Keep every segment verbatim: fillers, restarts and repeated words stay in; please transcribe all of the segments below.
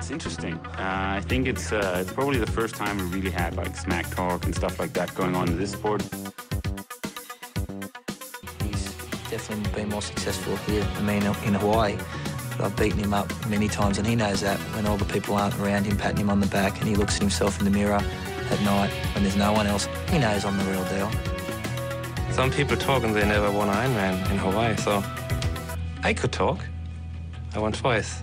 it's interesting. Uh, I think it's uh, it's probably the first time we really had like smack talk and stuff like that going on in this sport. He's definitely been more successful here than me in Hawaii. But I've beaten him up many times, and he knows that when all the people aren't around him patting him on the back and he looks at himself in the mirror at night when there's no one else, he knows I'm the real deal. Some people talk and they never won an Ironman in Hawaii, so I could talk. I won twice.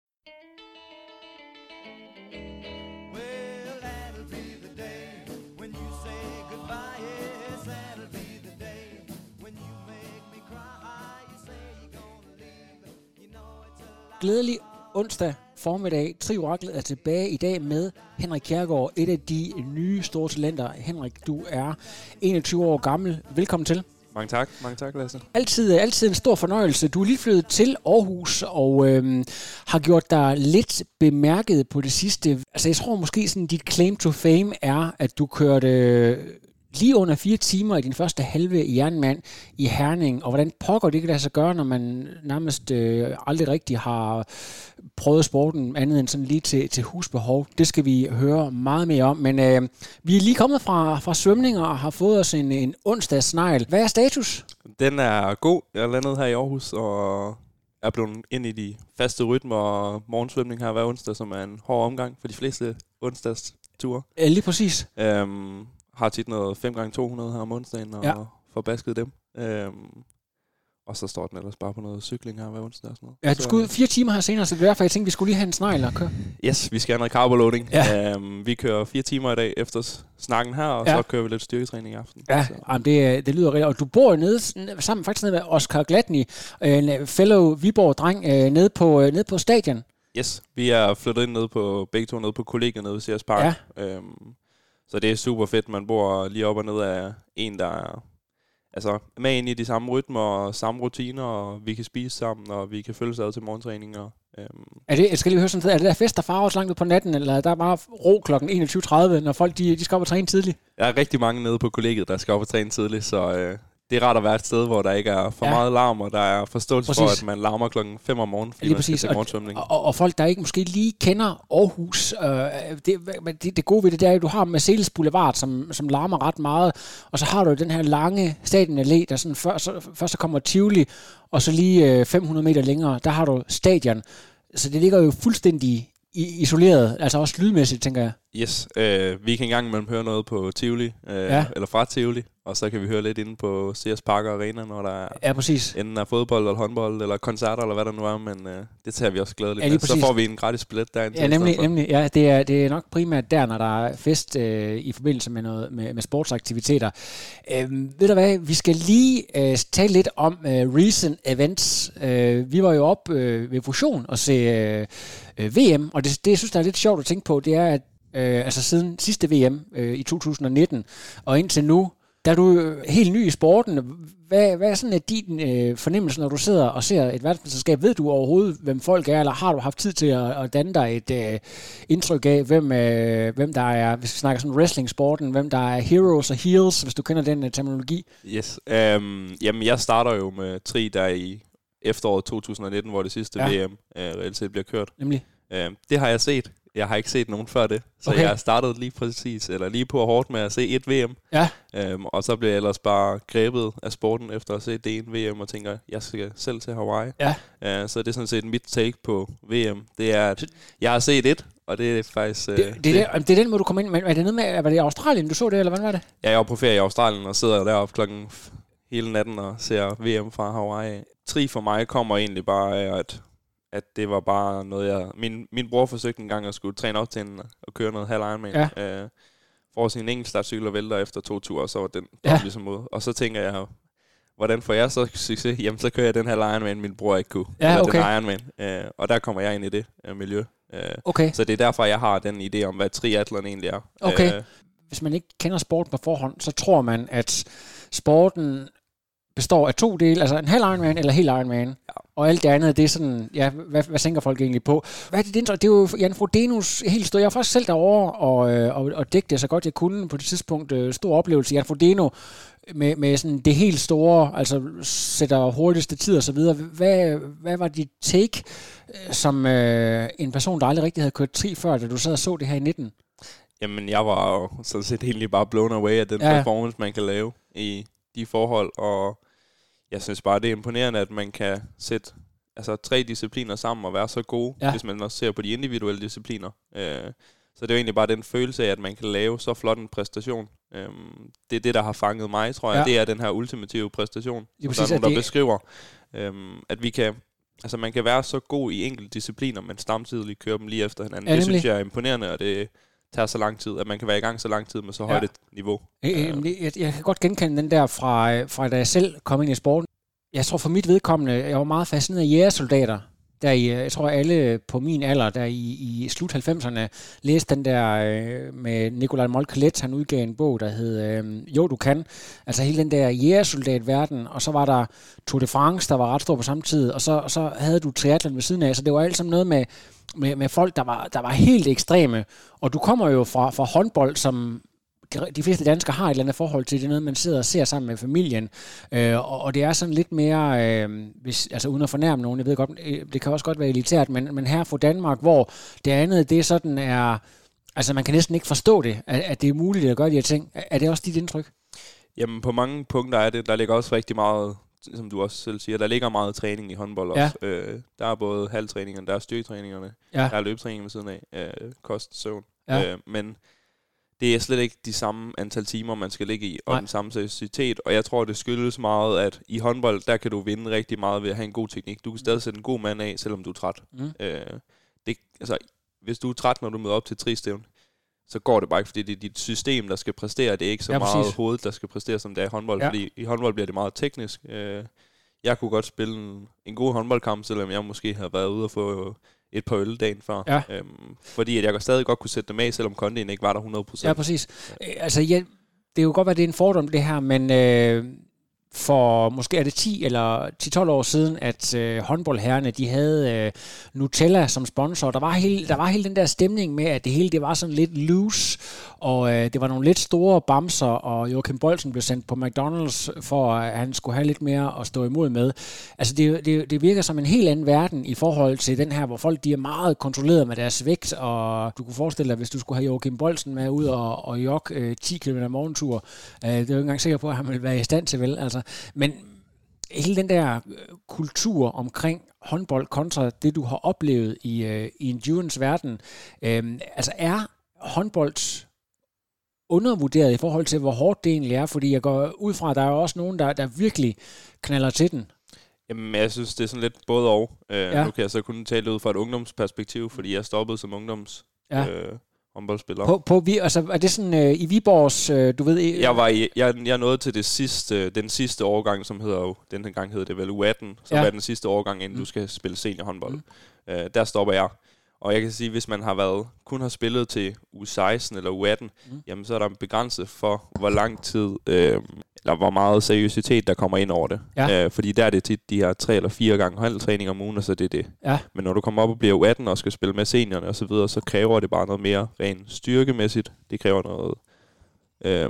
Glædelig onsdag formiddag. Trioraklet er tilbage i dag med Henrik Kjærgaard, et af de nye store talenter. Henrik, du er enogtyve år gammel. Velkommen til. Mange tak. Mange tak, Lasse. Altid, altid en stor fornøjelse. Du er lige flyttet til Aarhus og øhm, har gjort dig lidt bemærket på det sidste. Altså, jeg tror måske sådan, dit claim to fame er, at du kørte øh, lige under fire timer i din første halve jernmand i Herning. Og hvordan pokker det kan lade sig gøre, når man nærmest øh, aldrig rigtig har prøvet sporten andet end sådan lige til, til husbehov. Det skal vi høre meget mere om. Men øh, vi er lige kommet fra, fra svømning og har fået os en, en onsdagssnegl. Hvad er status? Den er god. Jeg er landet her i Aarhus og er blevet ind i de faste rytmer, og morgensvømning her hver onsdag, som er en hård omgang for de fleste onsdagsture. Ja, lige præcis. Øhm, har tit noget fem gange to hundrede her om onsdagen og ja. får basket dem. Øhm, og så står den ellers bare på noget cykling her hver onsdag og sådan noget. Ja, du skulle ud fire timer her senere, så det er derfor, jeg tænkte, vi skulle lige have en snegl og køre. Yes, vi skal have noget carboloading. Ja. Øhm, vi kører fire timer i dag efter snakken her, og ja. så kører vi lidt styrketræning i aften. Ja, jamen det, det lyder rigtigt. Og du bor nede sammen faktisk nede med Oscar Gladny, en fellow Viborg-dreng, nede på, nede på stadion. Yes, vi er flyttet ind nede på, begge to nede på kollegiet nede ved Sears Park. Ja. Øhm, så det er super fedt, man bor lige op og ned af en, der er altså, med ind i de samme rytmer og samme rutiner, og vi kan spise sammen, og vi kan følges ad til morgentræninger. Øhm. Er det, jeg skal lige høre sådan, er det der fest, der farver så langt ud på natten, eller er der bare ro klokken enogtyve tredive, når folk de, de skal op og træne tidligt? Der er rigtig mange nede på kollegiet, der skal op og træne tidligt, så øh, det er rart at være et sted, hvor der ikke er for ja. meget larm, og der er forståelse præcis. for, at man larmer klokken fem om morgenen, fordi ja, man skal til morgensvømning. Og, og, og folk, der ikke måske lige kender Aarhus, øh, det, det, det gode ved det, det er, at du har Marselis Boulevard, som, som larmer ret meget, og så har du den her lange stadionallé, der sådan før, så, først så kommer Tivoli, og så lige øh, fem hundrede meter længere, der har du stadion. Så det ligger jo fuldstændig isoleret, altså også lydmæssigt, tænker jeg. Yes, øh, vi kan engang imellem høre noget på Tivoli, øh, ja. eller fra Tivoli, og så kan vi høre lidt inde på Sears Park Arena, når der ja, præcis. enten er fodbold eller håndbold, eller koncerter, eller hvad der nu er, men øh, det tager vi også glædeligt ja, med. Så får vi en gratis billet derind. Ja, nemlig, nemlig. Ja, det er, det er nok primært der, når der er fest øh, i forbindelse med, noget, med, med sportsaktiviteter. Øh, ved du hvad, vi skal lige øh, tale lidt om øh, recent events. Øh, vi var jo op øh, ved Fusion og se øh, øh, V M, og det, det, jeg synes, der er lidt sjovt at tænke på, det er, at Øh, altså siden sidste V M øh, i to tusind nitten og indtil nu, der er du helt ny i sporten. Hvad, hvad er sådan din øh, fornemmelse, når du sidder og ser et verdensmesterskab? Ved du overhovedet, hvem folk er, eller har du haft tid til at, at danne dig et øh, indtryk af, hvem, øh, hvem der er, hvis vi snakker sådan wrestling-sporten, hvem der er heroes og heels, hvis du kender den uh, terminologi? Yes. Um, jamen, jeg starter jo med tri der i efteråret to tusind nitten, hvor det sidste ja. V M øh, reelt set bliver kørt. Nemlig? Um, det har jeg set. Jeg har ikke set nogen før det, så okay. jeg startede lige præcis, eller lige på hårdt med at se et V M. Ja. Øhm, og så blev jeg ellers bare grebet af sporten efter at se det ene V M, og tænker, jeg skal selv til Hawaii. Ja. Øh, så det er sådan set mit take på V M. Det er, at jeg har set et, og det er faktisk... Øh, det, det, det, er, det er den måde, du kom ind, men er det noget med, var det i Australien, du så det, eller hvad var det? Ja, jeg var på ferie i Australien, og sidder deroppe klokken hele natten og ser V M fra Hawaii. Tri for mig kommer egentlig bare af, at... at det var bare noget, jeg... Min, min bror forsøgte en gang at skulle træne op til en, at køre noget halv Ironman. Ja. Øh, får sin enkeltstartcykel og vælter efter to ture, og så var den ja. ligesom ud. Og så tænker jeg, hvordan får jeg så succes? Jamen, så kører jeg den halv Ironman, min bror ikke kunne. Ja, okay. Den Ironman. Øh, og der kommer jeg ind i det øh, miljø. Øh, okay. Så det er derfor, jeg har den idé om, hvad triathlon egentlig er. Okay. Øh, Hvis man ikke kender sport på forhånd, så tror man, at sporten består af to dele, altså en halv Ironman eller hel Ironman. Ja. Og alt det andet, det er sådan, ja, hvad, hvad tænker folk egentlig på? Hvad er det, det, det er jo Jan Frodenos helt store. Jeg var faktisk selv derovre og, og, og dækte det så godt jeg kunne på det tidspunkt. Stor oplevelse. Jan Frodeno med, med sådan det helt store, altså sætter hurtigste tid og så videre. Hvad, hvad var dit take som øh, en person, der aldrig rigtig havde kørt tri før, da du sad og så det her i nitten? Jamen, jeg var jo sådan set egentlig bare blown away af den ja. performance, man kan lave i de forhold, og jeg synes bare, det er imponerende, at man kan sætte altså, tre discipliner sammen og være så gode, ja. hvis man også ser på de individuelle discipliner. Øh, så det er jo egentlig bare den følelse af, at man kan lave så flot en præstation. Øh, det er det, der har fanget mig, tror jeg. Ja. Det er den her ultimative præstation, som præcis, der er nogen, der det... beskriver, øh, at vi kan... Altså, man kan være så god i enkelte discipliner, men samtidig køre dem lige efter hinanden. Ja, det synes jeg er imponerende, og det tager så lang tid, at man kan være i gang så lang tid med så højt ja. et niveau. Jeg, jeg, jeg kan godt genkende den der fra, fra da jeg selv kom ind i sporten. Jeg tror for mit vedkommende, jeg var meget fascineret af jægersoldater. Der i, jeg tror alle på min alder, der i, i slut halvfemserne, læste den der øh, med Nikolaj Moltke-Leth, han udgav en bog, der hed øh, Jo, du kan. Altså hele den der jægersoldatverden, og så var der Tour de France, der var ret stor på samme tid, og så, og så havde du triathlon ved siden af, så det var alt sammen noget med, med, med folk, der var, der var helt ekstreme. Og du kommer jo fra, fra håndbold, som de fleste danskere har et eller andet forhold til. Det er noget, man sidder og ser sammen med familien. Øh, og, og det er sådan lidt mere, øh, hvis, altså uden at fornærme nogen, jeg ved godt, det kan også godt være elitært, men, men her fra Danmark, hvor det andet, det sådan er, altså man kan næsten ikke forstå det, at, at det er muligt at gøre de her ting. Er det også dit indtryk? Jamen på mange punkter er det, der ligger også rigtig meget, som du også selv siger, der ligger meget træning i håndbold også. Ja. Øh, der er både halvtræningerne, der er styrketræningerne, ja. der er løbetræningen ved siden af, øh, kost, søvn. Ja. Øh, men det er slet ikke de samme antal timer, man skal ligge i, og Nej. den samme seriøsitet. Og jeg tror, det skyldes meget, at i håndbold, der kan du vinde rigtig meget ved at have en god teknik. Du kan stadig sætte en god mand af, selvom du er træt. Mm. Øh, det, altså, hvis du er træt, når du møder op til tri-stævn, så går det bare ikke, fordi det er dit system, der skal præstere. Det er ikke så ja, meget præcis. hovedet, der skal præstere, som det er i håndbold. Ja. Fordi i håndbold bliver det meget teknisk. Øh, jeg kunne godt spille en, en god håndboldkamp, selvom jeg måske havde været ude og få et par øl dagen før. Ja. Øhm, fordi at jeg stadig godt kunne sætte dem af, selvom kondien ikke var der hundrede procent. Ja, præcis. Ja. Altså, ja, det er jo godt, at det er en fordom, det her, men øh, for måske er det ti eller ti tolv år siden, at øh, håndboldherrerne, de havde øh, Nutella som sponsor. Der var, hele, der var hele den der stemning med, at det hele det var sådan lidt loose, og øh, det var nogle lidt store bamser, og Joachim Boldsen blev sendt på McDonald's, for at han skulle have lidt mere at stå imod med. Altså, det, det, det virker som en helt anden verden i forhold til den her, hvor folk de er meget kontrolleret med deres vægt, og du kunne forestille dig, hvis du skulle have Joachim Boldsen med ud og, og jogge øh, ti kilometer morgentur, øh, det er jo ikke engang sikker på, at han ville være i stand til, vel? Altså, men hele den der kultur omkring håndbold kontra det, du har oplevet i, øh, i endurance-verden, øh, altså er håndbold undervurderet i forhold til, hvor hårdt det egentlig er? Fordi jeg går ud fra, at der er også nogen, der, der virkelig knalder til den. Jamen, jeg synes, det er sådan lidt både og. Øh, ja. Nu kan jeg så kun tale ud fra et ungdomsperspektiv, fordi jeg stoppede som ungdoms... Ja. Øh, håndboldspiller. På, på, altså, er det sådan øh, i Viborgs, øh, du ved... Øh, jeg var i, jeg, jeg nåede til det sidste, den sidste årgang, som hedder jo, den her gang hedder det vel U atten, som ja. er den sidste årgang, inden mm. du skal spille seniorhåndbold. Mm. Øh, der stopper jeg. Og jeg kan sige, hvis man har været, kun har spillet til U seksten eller U atten, mm. jamen så er der en begrænse for, hvor lang tid, øh, eller hvor meget seriøsitet, der kommer ind over det. Ja. Øh, fordi der er det tit de her tre eller fire gange håndboldtræning om ugen, og så det er det. Ja. Men når du kommer op og bliver U atten og skal spille med seniorerne og så videre, så kræver det bare noget mere rent styrkemæssigt. Det kræver noget... Øh,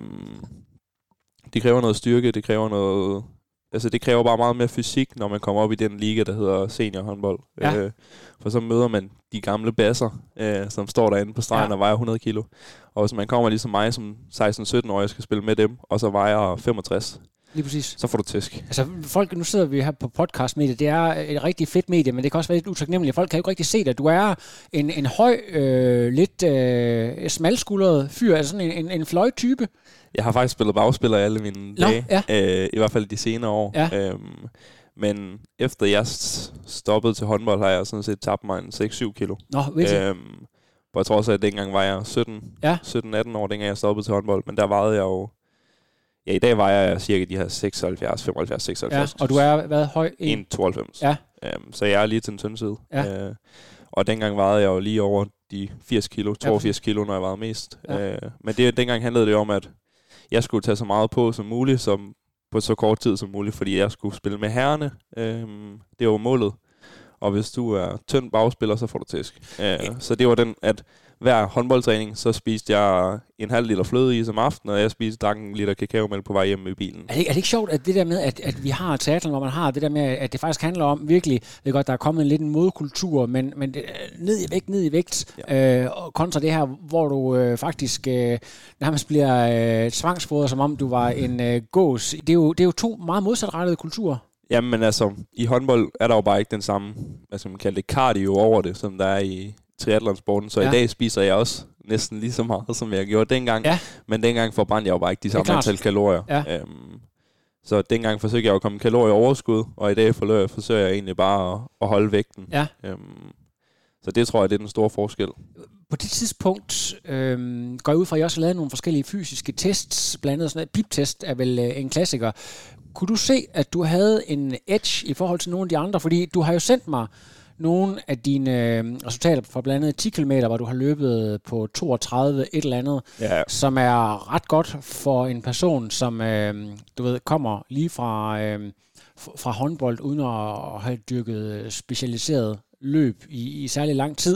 det kræver noget styrke, det kræver noget... Altså, det kræver bare meget mere fysik, når man kommer op i den liga, der hedder seniorhåndbold. Ja. Øh, for så møder man de gamle basser, øh, som står derinde på stregen ja. og vejer hundrede kilo. Og hvis man kommer ligesom mig som seksten sytten-årig, skal spille med dem, og så vejer femogtres, lige præcis. Så får du tæsk. Altså, folk, nu sidder vi her på podcastmediet, det er et rigtig fedt medie, men det kan også være lidt utaknemmeligt. Folk kan jo ikke rigtig se det. Du er en, en høj, øh, lidt øh, smalskuldret fyr, altså sådan en, en, en fløjtype. Jeg har faktisk spillet bagspiller i alle mine Nå, dage, ja. øh, i hvert fald de senere år. Ja. Øhm, men efter jeg stoppede til håndbold, har jeg sådan set tabt mig en seks syv kilo. Nå, øhm, hvor jeg tror også, at dengang var jeg sytten atten år, dengang jeg stoppede til håndbold. Men der vejede jeg jo... Ja, i dag vejer jeg cirka de her seksoghalvfjerds, femoghalvfjerds, seksoghalvfjerds. Ja, og du er hvad høj? en komma tooghalvfems. Ja. Øhm, så jeg er lige til den tynde side. Ja. Øh, og dengang vejede jeg jo lige over de firs kilo, toogfirs ja, kilo, når jeg vejede mest. Ja. Øh, men det, dengang handlede det om, at jeg skulle tage så meget på som muligt, som på så kort tid som muligt, fordi jeg skulle spille med herrerne. Øhm, det var målet. Og hvis du er tynd bagspiller, så får du tæsk. Øh, så det var den, at hver håndboldtræning, så spiste jeg en halv liter flødeis om aftenen, og jeg spiste drak en liter kakaomælk på vej hjem i bilen. Er det, er det ikke sjovt, at det der med, at, at vi har teateren, hvor man har det der med, at det faktisk handler om virkelig, det er godt, der er kommet en lidt en modkultur, men, men det, ned i vægt, ned i vægt, ja. øh, kontra det her, hvor du øh, faktisk øh, nærmest bliver øh, tvangsfodret, som om du var en øh, gås. Det er, jo, det er jo to meget modsatrettede kulturer. Jamen altså, i håndbold er der jo bare ikke den samme, hvad skal man kalde det, cardio over det, som der er i triathlonsporten. Så ja. I dag spiser jeg også næsten lige så meget, som jeg gjorde dengang. Ja. Men dengang forbrændte jeg jo bare ikke de samme antal kalorier. Ja. Øhm, så dengang forsøgte jeg jo at komme kalorier overskud, og i dag forsøger jeg, forsøger jeg egentlig bare at, at holde vægten. Ja. Øhm, så det tror jeg, det er den store forskel. På det tidspunkt øhm, går jeg ud fra, at jeg også har lavet nogle forskellige fysiske tests, blandt andet sådan noget. Pip-test er vel øh, en klassiker. Kunne du se, at du havde en edge i forhold til nogle af de andre? Fordi du har jo sendt mig nogle af dine øh, resultater fra blandt andet ti kilometer, hvor du har løbet på toogtredive et eller andet, ja. Som er ret godt for en person, som øh, du ved, kommer lige fra, øh, fra håndbold, uden at have dyrket specialiseret løb i, i særlig lang tid.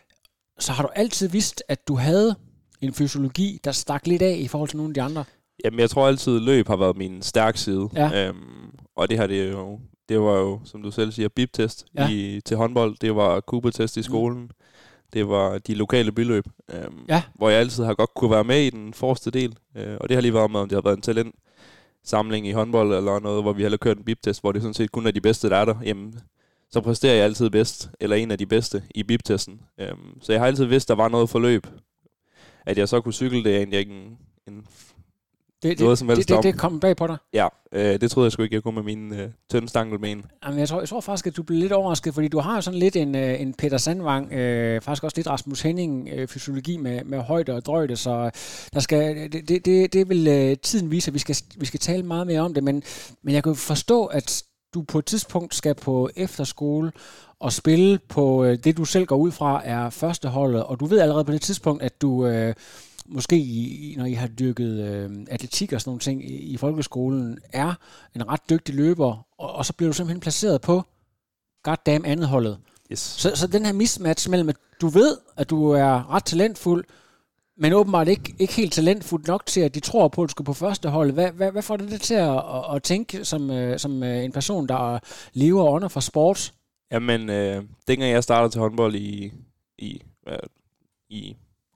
Så har du altid vidst, at du havde en fysiologi, der stak lidt af i forhold til nogle af de andre? Jamen, jeg tror altid, at løb har været min stærk side. Ja. Øhm, og det her, det, jo, det var jo, som du selv siger, bip-test ja. i, til håndbold. Det var Cooper-test i skolen. Mm. Det var de lokale byløb, øhm, ja. Hvor jeg altid har godt kunne være med i den forreste del. Øh, og det har lige været med, om det har været en talentsamling i håndbold eller noget, hvor vi har kørt en bip-test, hvor det sådan set kun er de bedste, der er der. Jamen, så præsterer jeg altid bedst, eller en af de bedste i bip-testen. Øhm, så jeg har altid vidst, der var noget forløb. At jeg så kunne cykle, det er egentlig ikke en... en Det, det, det, det, det kom bag på dig? Ja, øh, det troede jeg sgu ikke, jeg kunne med min øh, tynde stankelben. Jamen, jeg tror, jeg tror faktisk, at du blev lidt overrasket, fordi du har jo sådan lidt en, øh, en Peter Sandvang, øh, faktisk også lidt Rasmus Henning øh, fysiologi med, med højde og drøjde, så der skal, det, det, det, det vil øh, tiden vise, at vi skal, vi skal tale meget mere om det, men, men jeg kan forstå, at du på et tidspunkt skal på efterskole og spille på øh, det, du selv går ud fra, er førsteholdet, og du ved allerede på det tidspunkt, at du... Øh, måske i, når I har dyrket øh, atletik og sådan nogle ting i, i folkeskolen, er en ret dygtig løber, og, og så bliver du simpelthen placeret på goddamn andet holdet. Yes. Så, så den her mismatch mellem, at du ved, at du er ret talentfuld, men åbenbart ikke, ikke helt talentfuld nok til, at de tror på, at du skal på første hold. Hvad, hvad, hvad får det det til at, at, at tænke som, øh, som øh, en person, der lever og ånder for sport? Jamen, øh, dengang jeg startede til håndbold i... i, øh, i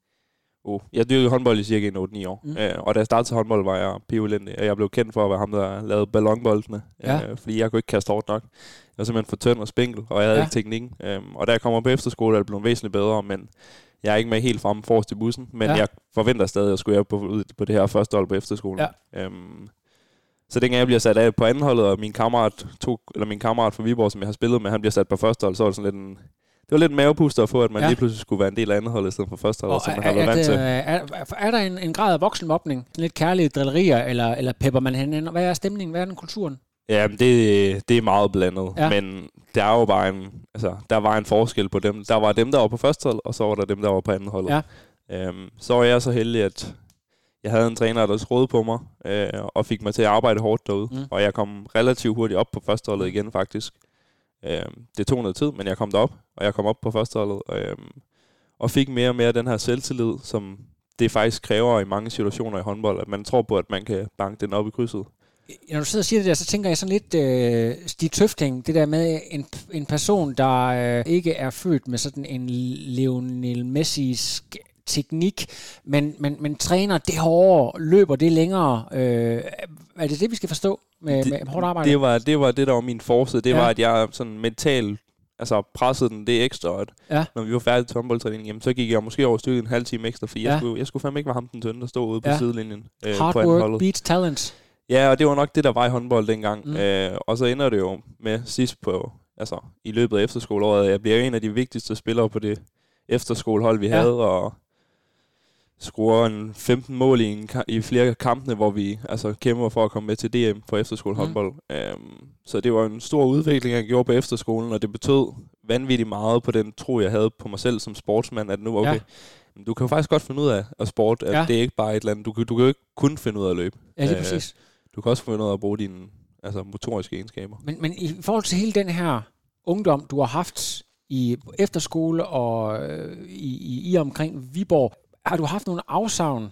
Oh, jeg dyrkede håndbold i cirka otte ni år, mm. øh, og da jeg startede til håndbold, var jeg pivelendig, og jeg blev kendt for at være ham, der lavede ballonboldene, ja. øh, fordi jeg kunne ikke kaste hårdt nok. Jeg var simpelthen for tynd og spinkel, og jeg havde ja. ikke teknikken. Øh, og da jeg kommer på efterskole, er det blevet væsentligt bedre, men jeg er ikke med helt fremme forrest i bussen, men ja. jeg forventer stadig, at jeg skulle på, ud på det her første hold på efterskolen. Ja. Øhm, så dengang jeg bliver sat af på andenholdet, og min kammerat, tog, eller min kammerat fra Viborg, som jeg har spillet med, han bliver sat på første hold, så var det sådan lidt en... Det var lidt en mavepuster at få, at man ja. lige pludselig skulle være en del af andenholdet i stedet for førsteholdet, som man har været vant til. Er, er der en, en grad af voksenmobning? Lidt kærlige drillerier, eller, eller pepper man hinanden? Hvad er stemningen? Hvad er den kulturen? Ja, det, det er meget blandet, ja. Men der er jo bare en, altså, der var en forskel på dem. Der var dem, der var på førsteholdet, og så var der dem, der var på andenholdet. Ja. Øhm, så var jeg så heldig, at jeg havde en træner, der troede på mig, øh, og fik mig til at arbejde hårdt derude. Mm. Og jeg kom relativt hurtigt op på førsteholdet igen, faktisk. Det tog noget tid, men jeg kom derop, og jeg kom op på førsteholdet, øhm, og fik mere og mere den her selvtillid, som det faktisk kræver i mange situationer i håndbold, at man tror på, at man kan banke den op i krydset. Når du sidder og siger det der, så tænker jeg sådan lidt øh, Stig Tøfting, det der med en, en person, der øh, ikke er født med sådan en Lionel Messi-sk teknik, men, men, men træner det hårdere, løber det længere. Øh, er det det, vi skal forstå med, det, med hårdt arbejde? Det var, det var det, der var min force. Det ja. var, at jeg sådan mentalt altså, pressede den det ekstra. At ja. Når vi var færdige til håndboldtræning, jamen, så gik jeg måske over stykket en halv time ekstra, fordi ja. jeg, skulle, jeg skulle fandme ikke være ham den tynde, der stod ude på ja. sidelinjen. Øh, Hard på work beats talent. Ja, og det var nok det, der var i håndbold dengang. Mm. Øh, og så ender det jo med sidst på, altså i løbet af efterskoleåret, at jeg bliver en af de vigtigste spillere på det efterskolehold, vi ja. havde, og scorer en femten mål i, en, i flere kampene, hvor vi altså kæmper for at komme med til D M på efterskolehåndbold. Mm. Um, så det var en stor udvikling, jeg gjorde på efterskolen, og det betød vanvittigt meget på den tro, jeg havde på mig selv som sportsmand, at nu, okay, ja. du kan jo faktisk godt finde ud af at sport, at ja. det er ikke bare et eller andet, du, du kan jo ikke kun finde ud af at løbe. Ja, det er præcis. du kan også få noget at bruge dine altså, motoriske egenskaber. Men, men i forhold til hele den her ungdom, du har haft i efterskole og øh, i, i, i omkring Viborg, har du haft nogle afsavn,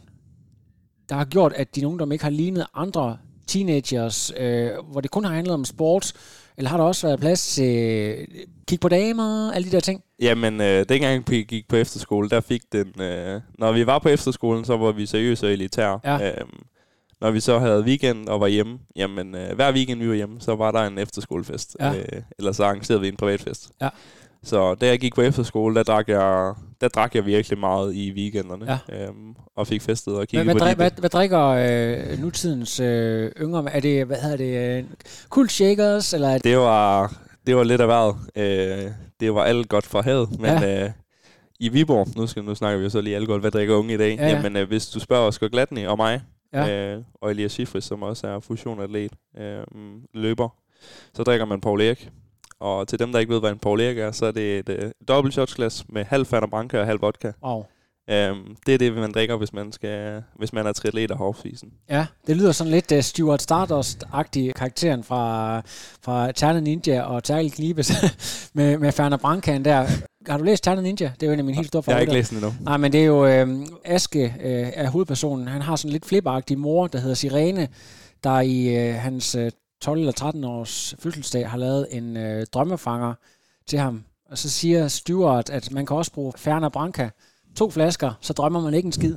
der har gjort, at din ungdom ikke har lignet andre teenagers, øh, hvor det kun har handlet om sport, eller har der også været plads til øh, kig på damer, alle de der ting? Jamen, øh, dengang vi gik på efterskole, der fik den... Øh, når vi var på efterskolen, så var vi seriøse og elitære. Ja. Øhm, når vi så havde weekend og var hjemme, jamen øh, hver weekend vi var hjemme, så var der en efterskolefest. Ja. Øh, eller så arrangerede vi en privatfest. Ja. Så da jeg gik på efterskole, der drak jeg, der drak jeg virkelig meget i weekenderne. Ja. Øhm, og fik festet og kiggede Hvad, på hvad, de... hvad, hvad drikker øh, nutidens øh, yngre? Er det, hvad hedder det, øh, Cool Shakers, eller er det... Det var, det var lidt af hvert. Øh, det var alt godt fra havet, men ja. øh, i Viborg, nu, skal, nu snakker vi jo så lige alkohol, hvad drikker unge i dag? Ja, ja. Jamen, øh, hvis du spørger Oscar Gladney og mig, Ja. øh, og Elias Schifris, som også er fusionatlet, øh, løber, så drikker man Paul Erik. Og til dem, der ikke ved, hvad en Paul Erik er, så er det et øh, dobbelt shotsglas med halv Fanta Branca og halv vodka. Wow. Øhm, det er det, man drikker, hvis man, skal, hvis man er triatlet og half-season. Ja, det lyder sådan lidt uh, Stuart Stardust-agtig karakteren fra, fra Ternet Ninja og Terkel Knibes med, med Fanta Brancaen der. Har du læst Ternet Ninja? Det er jo en af mine helt store favoritter. Jeg har ikke læst den endnu. Nej, men det er jo øh, Aske øh, af hovedpersonen. Han har sådan en lidt flipperagtig mor, der hedder Sirene, der i øh, hans øh, tolv eller tretten års fødselsdag har lavet en øh, drømmefanger til ham. Og så siger Stuart, at man kan også bruge Fanta Branca. To flasker, så drømmer man ikke en skid.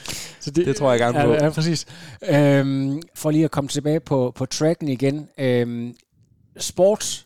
Så det, det tror jeg gerne på. Ja, ja præcis. Øhm, for lige at komme tilbage på, på tracken igen. Øhm, sport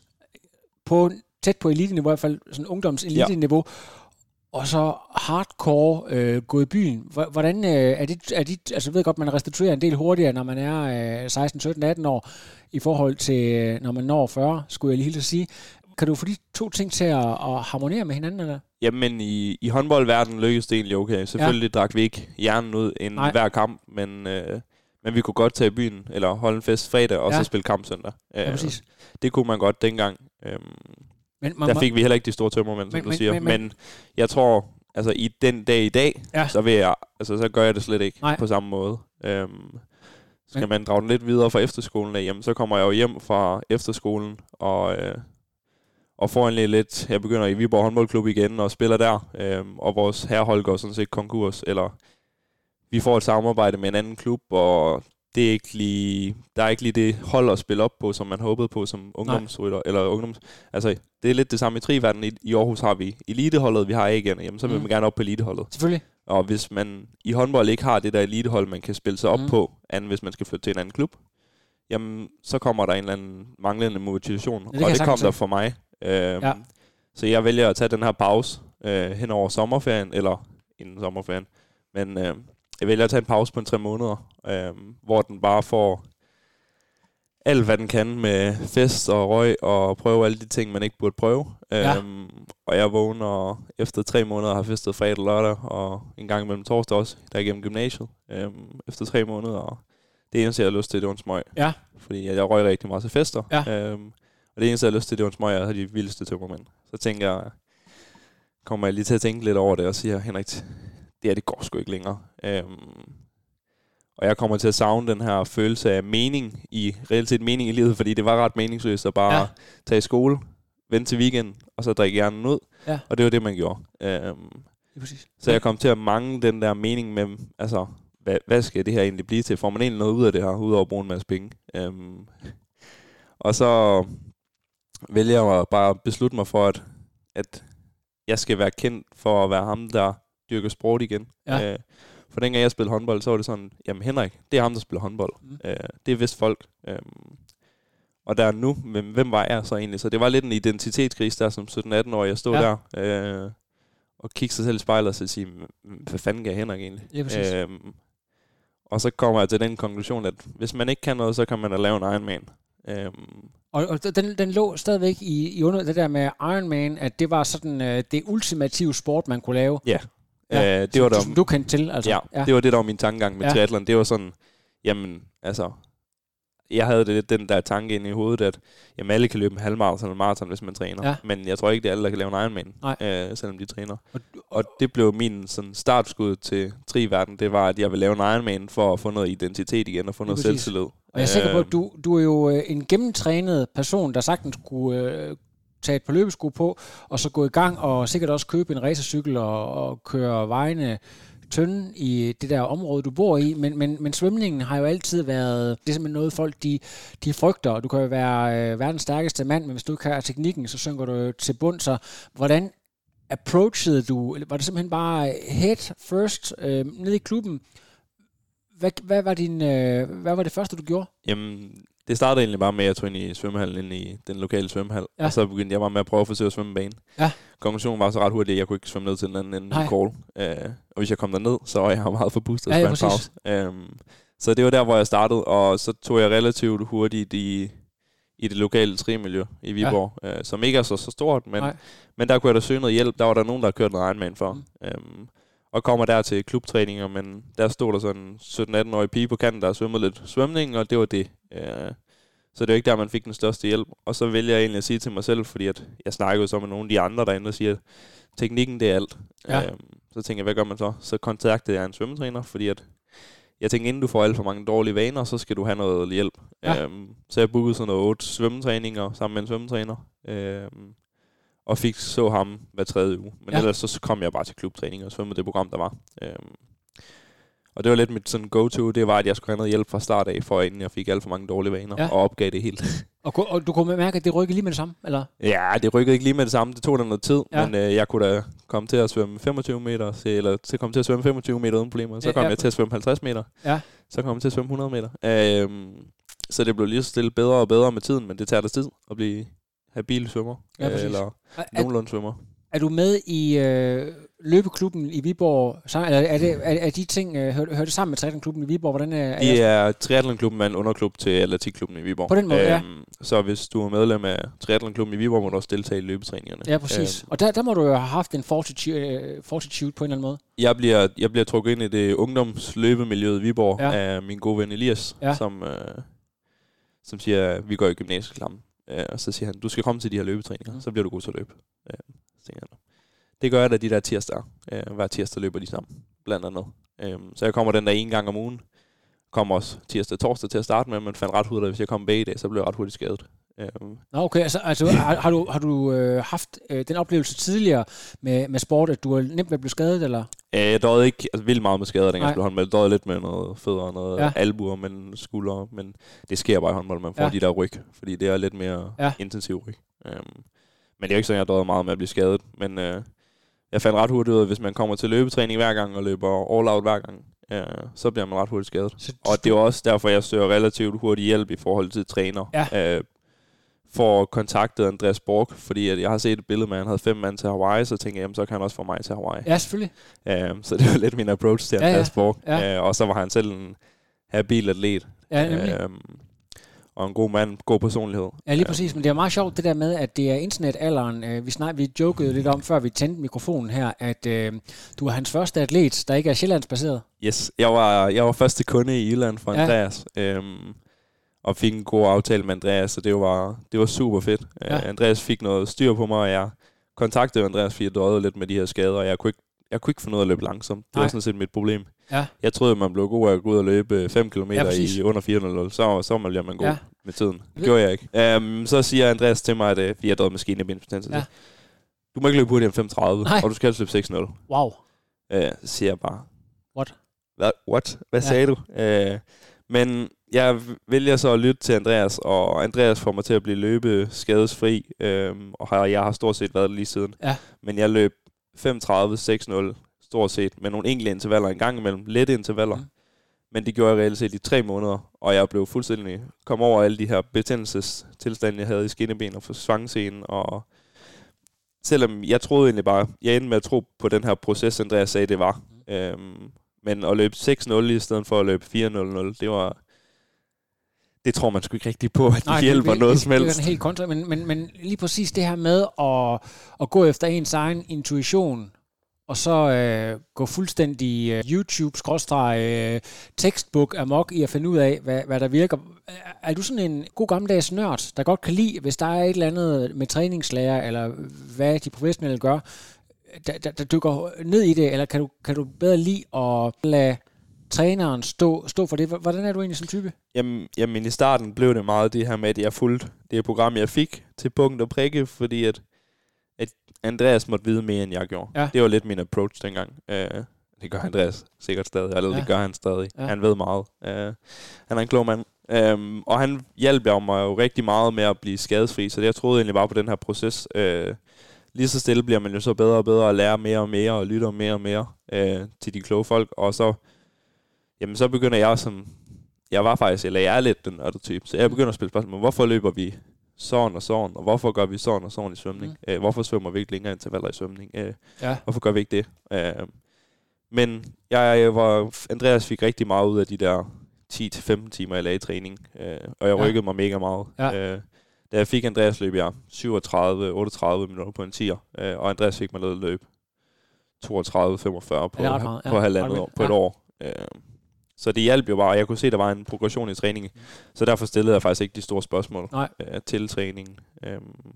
på tæt på elite-niveau, i hvert fald sådan ungdoms elite-niveau, ja. Og så hardcore øh, gå i byen. Hvordan øh, er det, er det, altså jeg ved godt, man restituerer en del hurtigere, når man er øh, seksten, sytten, atten år, i forhold til, øh, når man når fyrre, skulle jeg lige helt sige. Kan du få de to ting til at, at harmonere med hinanden, eller? Jamen, i, i håndboldverdenen lykkedes det egentlig okay. Selvfølgelig ja. drak vi ikke hjernen ud inden Nej. hver kamp, men, øh, men vi kunne godt tage i byen, eller holde en fest fredag, og ja. så spille kamp søndag. Ja, præcis. Det kunne man godt dengang. Øhm, men man, der fik vi heller ikke de store tømmermænd, som men, du siger. Men, men, men jeg tror, altså i den dag i dag, ja. så, vil jeg, altså, så gør jeg det slet ikke Nej. på samme måde. Øhm, skal men, man drage den lidt videre fra efterskolen af, jamen, så kommer jeg jo hjem fra efterskolen, og... Øh, Og får egentlig lidt, jeg begynder i Viborg håndboldklub igen og spiller der, øhm, og vores herrehold går sådan set konkurs, eller vi får et samarbejde med en anden klub, og det er ikke lige, der er ikke lige det hold at spille op på, som man håbede på som ungdomsrytter, eller ungdoms, altså det er lidt det samme i triverdenen. I, I Aarhus har vi eliteholdet, vi har A G'erne, jamen så vil mm. man gerne op på eliteholdet. Selvfølgelig. Og hvis man i håndbold ikke har det der elitehold, man kan spille sig op mm. på, anden hvis man skal flytte til en anden klub, jamen så kommer der en eller anden manglende motivation, ja, det og det kom der for mig. Øhm, ja. Så jeg vælger at tage den her pause øh, hen over sommerferien, eller inden sommerferien. Men øh, jeg vælger at tage en pause på en tre måneder, øh, hvor den bare får alt, hvad den kan med fest og røg, og prøve alle de ting, man ikke burde prøve. Ja. Øhm, og jeg vågner efter tre måneder har festet fredag og lørdag, og en gang mellem torsdag også, der igennem gymnasiet, øh, efter tre måneder. Og det eneste, jeg har lyst til, det var en smøg. Ja. Fordi jeg røg rigtig meget til fester. Ja. Øhm, Og det eneste, jeg har lyst til, det var en smøg, jeg havde de vildeste tømmermænd. Så tænker jeg, kommer jeg lige til at tænke lidt over det, og siger, Henrik, det her, det går sgu ikke længere. Øhm, og jeg kommer til at savne den her følelse af mening, i reelt set mening i livet, fordi det var ret meningsløst at bare ja. tage i skole, vente til weekend, og så drikke hjernen ud. Ja. Og det var det, man gjorde. Øhm, det præcis. Så jeg kom til at mangle den der mening med, altså, hvad, hvad skal det her egentlig blive til? Får man egentlig noget ud af det her, udover at bruge en masse penge? Øhm, og så... vælger jeg bare at beslutte mig for, at, at jeg skal være kendt for at være ham, der dyrker sport igen. Ja. Øh, for dengang jeg spillede håndbold, så var det sådan, jamen Henrik, det er ham, der spiller håndbold. Mm. Øh, det er vist folk. Øh, og der nu, hvem, hvem var jeg så egentlig? Så det var lidt en identitetskrise der som sytten-atten-årig. Jeg stod ja. der øh, og kiggede sig selv i spejlet og så sige, hvad fanden gav Henrik egentlig? Ja, øh, og så kommer jeg til den konklusion, at hvis man ikke kan noget, så kan man da lave en Ironman. Øh, Og, og den, den lå stadigvæk i, i under det der med Ironman, at det var sådan uh, det ultimative sport, man kunne lave. Ja, ja øh, det var der, som du kendte til. Altså. Ja, ja, det var det, der var min tankegang med ja. triathlon. Det var sådan, jamen, altså, jeg havde det lidt den der tanke inde i hovedet, at jamen, alle kan løbe en halvmarathon eller maraton, hvis man træner. Ja. Men jeg tror ikke, det er alle, der kan lave en Ironman, øh, selvom de træner. Og, og det blev min sådan, startskud til tri-verden. Det var, at jeg ville lave en Ironman for at få noget identitet igen og få noget selvtillid. Og jeg er sikker på, at du, du er jo en gennemtrænet person, der sagtens kunne øh, tage et par løbesko på, og så gå i gang, og sikkert også købe en racercykel og, og køre vejene tynde i det der område, du bor i, men, men, men svømningen har jo altid været, det er simpelthen noget, folk de, de frygter, og du kan jo være øh, verdens stærkeste mand, men hvis du ikke har teknikken, så synker du til bund, så hvordan approachede du, var det simpelthen bare head first øh, nede i klubben? Hvad, hvad, var din, øh, hvad var det første, du gjorde? Jamen, det startede egentlig bare med, at jeg tog ind i svømmehallen, ind i den lokale svømmehal, ja. Og så begyndte jeg bare med at prøve at forsøge at svømme banen. Ja. Konklusionen var så ret hurtigt, at jeg kunne ikke svømme ned til den anden ende af call. Øh, og hvis jeg kom derned, så var jeg meget forpustet ja, ja, en pause. Øhm, så det var der, hvor jeg startede, og så tog jeg relativt hurtigt i, i det lokale trimiljø i Viborg, ja. øh, som ikke er så, så stort, men, men der kunne jeg da søge noget hjælp. Der var der nogen, der havde kørt noget Ironman for. Mm. Øhm, og kommer der til klubtræninger, men der stod der sådan en sytten-atten-årig pige på kanten, der svømmede lidt svømning, og det var det. Øh, så det var ikke der, man fik den største hjælp. Og så vælger jeg egentlig at sige til mig selv, fordi at jeg snakkede jo så med nogle af de andre derinde, og siger, at teknikken, det er alt. Ja. Øh, så tænkte jeg, hvad gør man så? Så kontaktede jeg en svømmetræner, fordi at jeg tænkte, inden du får alt for mange dårlige vaner, så skal du have noget hjælp. Ja. Øh, så jeg bookede sådan noget otte svømmetræninger sammen med en svømmetræner. Øh, og fik så ham hver tredje uge. Men ja. Ellers så kom jeg bare til klubtræning og svømmede det program, der var. Øhm, og det var lidt mit sådan go-to, det var, at jeg skulle have noget hjælp fra start af, for inden jeg fik alt for mange dårlige vaner, ja. Og opgav det helt. Og, og du kunne mærke, at det rykkede lige med det samme, eller? Ja, det rykkede ikke lige med det samme. Det tog da noget tid, ja. Men øh, jeg kunne da komme til at svømme femogtyve meter, eller til komme til at svømme femogtyve meter uden problemer. Så kom ja, ja. jeg til at svømme halvtreds meter. Ja. Så kom jeg til at svømme hundrede meter. Øhm, så det blev lige så stille bedre og bedre med tiden, men det tager da tid at blive habil svømmer, ja, øh, eller nogenlunde svømmer. Er du med i øh, løbeklubben i Viborg? Eller er, det, er, er de ting, øh, hører, hører det sammen med triathlonklubben i Viborg? Hvordan er, er det er triathlonklubben er en underklub til atletikklubben i Viborg. På den måde, øhm, ja. Så hvis du er medlem af triathlonklubben i Viborg, må du også deltage i løbetræningerne. Ja, præcis. Øhm, og der, der må du jo have haft en fortitude, fortitude på en eller anden måde. Jeg bliver, jeg bliver trukket ind i det ungdomsløbemiljøet i Viborg, ja. Af min gode ven Elias, ja. som, øh, som siger, at vi går i gymnasieklammen. Uh, og så siger han, du skal komme til de her løbetræninger, mm. så bliver du god til at løbe. Uh, så han, det gør jeg da de der tirsdager. Uh, hver tirsdag løber de sammen, blandt andet. Uh, så jeg kommer den der en gang om ugen. Kommer også tirsdag og torsdag til at starte med, men fandt ret hurtigt, at hvis jeg kom begge dage, så blev jeg ret hurtigt skadet. Uh, okay, altså, altså har, har du, har du øh, haft øh, den oplevelse tidligere med, med sport, at du er nemt ved at blive skadet, eller? Uh, jeg døde ikke altså, vildt meget med skader, dengang jeg spillede håndbold. Jeg døde lidt med noget fødder og noget ja. albuer, men skuldre, men det sker bare i håndbold, man får ja. de der ryg, fordi det er lidt mere ja. intensiv ryg. Um, men det er ikke sådan, jeg døde meget med at blive skadet, men uh, jeg fandt ret hurtigt ud, at hvis man kommer til løbetræning hver gang og løber all out hver gang, ja, så bliver man ret hurtigt skadet. Så, og det er også derfor, jeg søger relativt hurtig hjælp i forhold til træner. Ja. Uh, for kontaktet Andreas Borg, fordi at jeg har set et billede med, at han havde fem mand til Hawaii, så tænkte jeg, jamen, så kan han også få mig til Hawaii. Ja, selvfølgelig. Uh, så det var lidt min approach til Andreas ja, ja. Borg. Ja. Uh, og så var han selv en habil atlet. Ja, uh, og en god mand, god personlighed. Ja, lige præcis. Men det er meget sjovt det der med, at det er internetalderen. Vi snak, vi jokede lidt om, før vi tændte mikrofonen her, at øh, du er hans første atlet, der ikke er sjællandsbaseret. Yes, jeg var, jeg var første kunde i Jylland for Andreas. Ja. Um, og fik en god aftale med Andreas, så det var, det var super fedt. Ja. Uh, Andreas fik noget styr på mig, og jeg kontaktede Andreas, fordi jeg døde lidt med de her skader, og jeg kunne ikke, jeg kunne ikke finde ud af at løbe langsomt. Det Nej. var sådan set mit problem. Ja. Jeg troede, man blev god af at gå ud og løbe fem kilometer ja, i under fire nul, så, så bliver man god ja. med tiden. Det gjorde jeg ikke. Um, så siger Andreas til mig, at fordi jeg døde med skinebindbetændelse, ja. du må ikke løbe hurtigere end fem tredive, Nej. og du skal løbe seks nul. Wow. Uh, så siger jeg bare, What? Hvad, what? Hvad ja. sagde du? Uh, men jeg vælger så at lytte til Andreas, og Andreas får mig til at blive løbe skadesfri, øhm, og har, jeg har stort set været lige siden. Ja. Men jeg løb fem tredive seks nul stort set, med nogle enkelte intervaller en gang imellem, lette intervaller. Mm. Men det gjorde jeg reelt set i tre måneder, og jeg blev fuldstændig, kom over alle de her betændelsestilstande, jeg havde i skinneben og for svangscenen, og selvom jeg troede egentlig bare, jeg endte med at tro på den her proces, Andreas sagde, det var. Mm. Øhm, men at løbe seks nul i stedet for at løbe fire nul nul, det var... Det tror man sgu ikke rigtig på, at det Nej, hjælper det, noget det, som helst. Det er helt kontra, men, men, men lige præcis det her med at, at gå efter ens egen intuition, og så øh, gå fuldstændig øh, YouTube-tekstbook amok i at finde ud af, hvad, hvad der virker. Er du sådan en god gammeldags nørd, der godt kan lide, hvis der er et eller andet med træningslærer, eller hvad de professionelle gør, der, der, der dykker ned i det, eller kan du, kan du bedre lide at lade træneren stå, stå for det. Hvordan er du egentlig som type? Jamen, jamen i starten blev det meget det her med, at jeg fulgte det program, jeg fik til punkt og prikke, fordi at, at Andreas måtte vide mere, end jeg gjorde. Ja. Det var lidt min approach dengang. Uh, det gør Andreas sikkert stadig, eller ja. det gør han stadig. Ja. Han ved meget. Uh, han er en klog mand. Um, og han hjalp mig jo rigtig meget med at blive skadesfri, så jeg troede egentlig bare på den her proces. Uh, lige så stille bliver man jo så bedre og bedre og lærer mere og mere og lytter mere og mere uh, til de kloge folk, og så jamen så begynder jeg som, jeg var faktisk, eller jeg er lidt den nørdet type, så jeg begynder at spille spørgsmål, hvorfor løber vi sådan og sådan, og hvorfor gør vi sådan og sådan i svømning? Mm. Øh, hvorfor svømmer vi ikke længere intervaller i svømning? Øh, ja. Hvorfor gør vi ikke det? Øh, men jeg, jeg var, Andreas fik rigtig meget ud af de der ti til femten timer, jeg lagde i træning, øh, og jeg rykkede ja. mig mega meget. Ja. Øh, da jeg fik Andreas løb jeg syvogtredive otteogtredive minutter på en tier, øh, og Andreas fik mig lavet løb toogtredive femogfyrre på, ja, på, på halvandet år, på ja. et år. Øh, Så det hjalp jo bare, og jeg kunne se, at der var en progression i træningen. Mm. Så derfor stillede jeg faktisk ikke de store spørgsmål øh, til træningen. Øhm,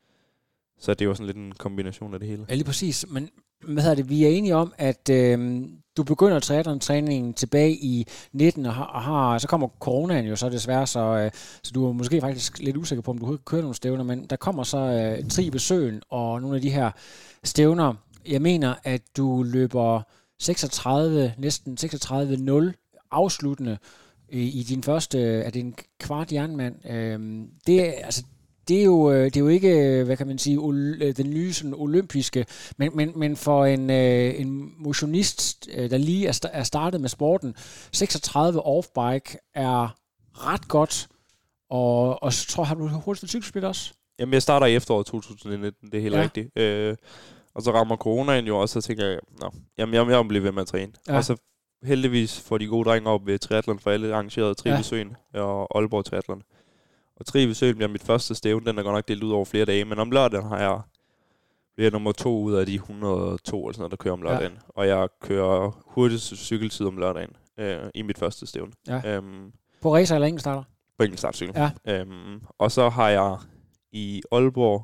så det var sådan lidt en kombination af det hele. Ja, lige præcis. Men hvad hedder det? Vi er enige om, at øh, du begynder at træne træningen tilbage i nitten, og, har, og har, så kommer coronaen jo så desværre, så, øh, så du er måske faktisk lidt usikker på, om du kan køre nogle stævner, men der kommer så øh, Tri ved Søen og nogle af de her stævner. Jeg mener, at du løber seksogtredive, næsten seksogtredive nul afsluttende i, i din første, er det en kvart jernmand. Øhm, det, er, altså, det, er jo, det er jo ikke, hvad kan man sige, ol, den nye sådan, olympiske, men, men, men for en, øh, en motionist, der lige er, er startet med sporten, seksogtredive off-bike er ret godt, og, og så tror jeg, har du hurtigste cykelspil også? Jamen, jeg starter i efteråret to tusind nitten, det er helt ja. rigtigt. Øh, og så rammer coronaen jo også, så tænker jeg, nå, jamen, jeg, jeg må blive ved med at træne. Ja. Og så heldigvis får de gode drenge op ved triathlon for alle arrangeret Tri ved Søen og Aalborg Triathlon. Og Tri ved Søen bliver mit første stævne, den er godt nok delt ud over flere dage, men om lørdagen har jeg bliver nummer to ud af de et hundrede og to eller sådan noget, der kører om lørdagen. Ja. Og jeg kører hurtigst cykeltid om lørdagen øh, i mit første stævne. Ja. Øhm, på racer eller enkeltstarter? På enkeltstartcykel. Ja. Øhm, og så har jeg i Aalborg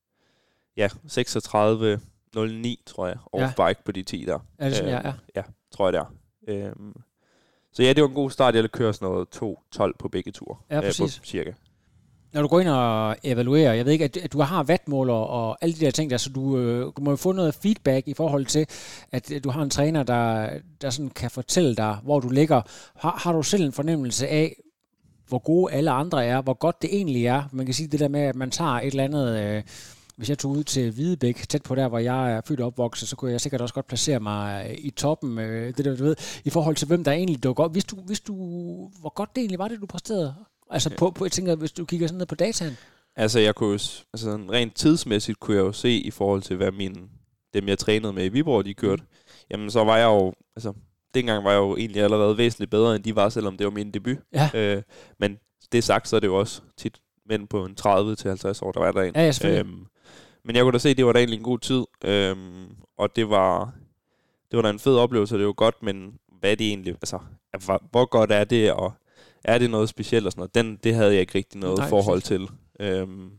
ja, seksogtredive nul ni, tror jeg, off-bike ja. på de ti der. Er det sådan, øhm, ja, ja. Ja, tror jeg det er. Øhm, så ja, det var en god start. Jeg kører sådan noget to tolv på begge ture. Ja, præcis. Øh, på cirka. Når du går ind og evaluerer, jeg ved ikke, at du har wattmåler og alle de der ting der, så du, øh, du må jo få noget feedback i forhold til, at du har en træner, der, der sådan kan fortælle dig, hvor du ligger. Har, har du selv en fornemmelse af, hvor gode alle andre er, hvor godt det egentlig er? Man kan sige det der med, at man tager et eller andet... Øh, Hvis jeg tog ud til Hvidebæk, tæt på der, hvor jeg er født og opvokset, så kunne jeg sikkert også godt placere mig i toppen, det der, du ved, i forhold til, hvem der egentlig dukker op. Hvis du, hvis du, hvor godt det egentlig var, det du præsterede? Altså, på, på, jeg tænker, hvis du kigger sådan ned på dataen. Altså, jeg kunne altså, rent tidsmæssigt kunne jeg jo se, i forhold til, hvad min, dem jeg trænede med i Viborg, de kørte. Mm. Jamen, så var jeg jo, altså, dengang var jeg jo egentlig allerede væsentligt bedre, end de var, selvom det var min debut. Ja. Øh, men det sagt, så er det jo også tit mænd på en tredive til halvtreds år, der var der en. Ja, ja, selvfølgelig. Øhm, Men jeg kunne da se, at det var da egentlig en god tid, øhm, og det var, det var da en fed oplevelse, og det var godt, men hvad er det egentlig, altså, hvor godt er det, og er det noget specielt og sådan noget, Den, det havde jeg ikke rigtig noget Nej, forhold til. Øhm,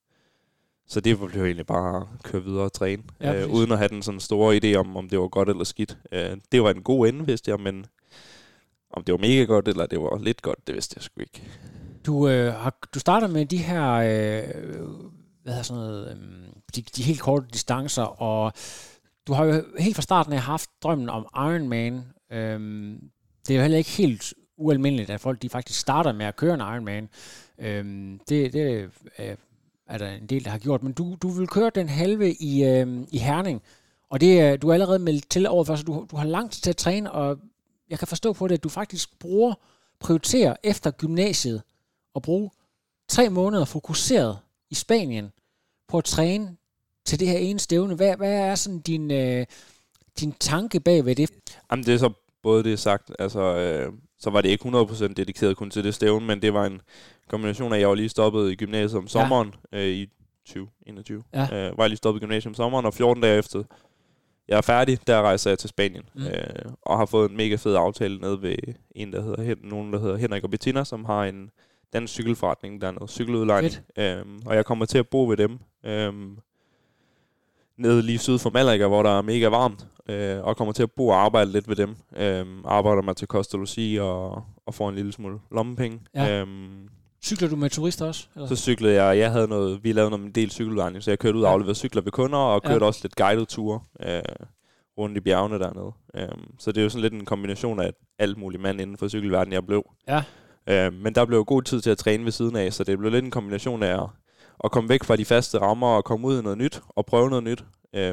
så det blev egentlig bare at køre videre og træne, ja, øh, uden at have den sådan store idé om, om det var godt eller skidt. Øh, det var en god ende, vidste jeg, men om det var mega godt, eller det var lidt godt, det vidste jeg sgu ikke. Du, øh, har, du starter med de her... Øh hvad hedder sådan noget, de, de helt korte distancer, og du har jo helt fra starten af haft drømmen om Ironman. Øhm, det er jo heller ikke helt ualmindeligt, at folk de faktisk starter med at køre en Ironman. Øhm, det det er, er der en del, der har gjort, men du, du vil køre den halve i, øhm, i Herning, og det er du er allerede meldt til overfor, så du, du har langt til at træne, og jeg kan forstå på det, at du faktisk bruger, prioriterer efter gymnasiet, og bruge tre måneder fokuseret i Spanien på at træne til det her ene stævne. Hvad, hvad er sådan din, øh, din tanke bag ved det? Jamen det er så både det sagt, altså øh, så var det ikke hundrede procent dedikeret kun til det stævne, men det var en kombination af, at jeg var lige stoppet i gymnasiet om sommeren ja. øh, i tyve enogtyve. Ja. Øh, var jeg lige stoppet i gymnasiet om sommeren, og fjorten dage efter jeg er færdig, der rejser jeg til Spanien. Mm. Øh, og har fået en mega fed aftale nede ved en, der hedder, nogen, der hedder Henrik og Bettina, som har en dansk cykelforretning, der er noget cykeludlejning. Øhm, og jeg kommer til at bo ved dem. Øhm, nede lige syd for Malaga, hvor der er mega varmt, øh, og kommer til at bo og arbejde lidt ved dem. Øh, arbejder mig til kost og logi og, og får en lille smule lommepenge. Ja. Øh, Cykler du med turister også? Eller? Så cyklede jeg, jeg havde noget, vi lavede noget en del cykeludlejning, så jeg kørte ud og afleverede cykler ved kunder, og kørte ja. også lidt guided ture øh, rundt i bjergene dernede. Øh, så det er jo sådan lidt en kombination af alt muligt mand inden for cykelverdenen, jeg blev. Ja. Øh, men der blev god tid til at træne ved siden af, så det blev lidt en kombination af at, at komme væk fra de faste rammer og komme ud i noget nyt og prøve noget nyt. Øh,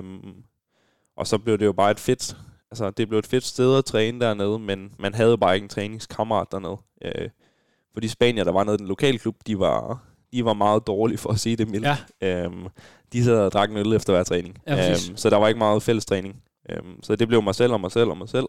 og så blev det jo bare et fedt, altså det blev et fedt sted at træne dernede, men man havde bare ikke en træningskammerat dernede. Øh, For de spanier, der var nede i den lokale klub, de var, de var meget dårlige, for at sige det mildt. Ja. Øhm, de sad og drak en øl efter hver træning. Ja, øhm, så der var ikke meget fælles træning. Øhm, så det blev mig selv og mig selv og mig selv.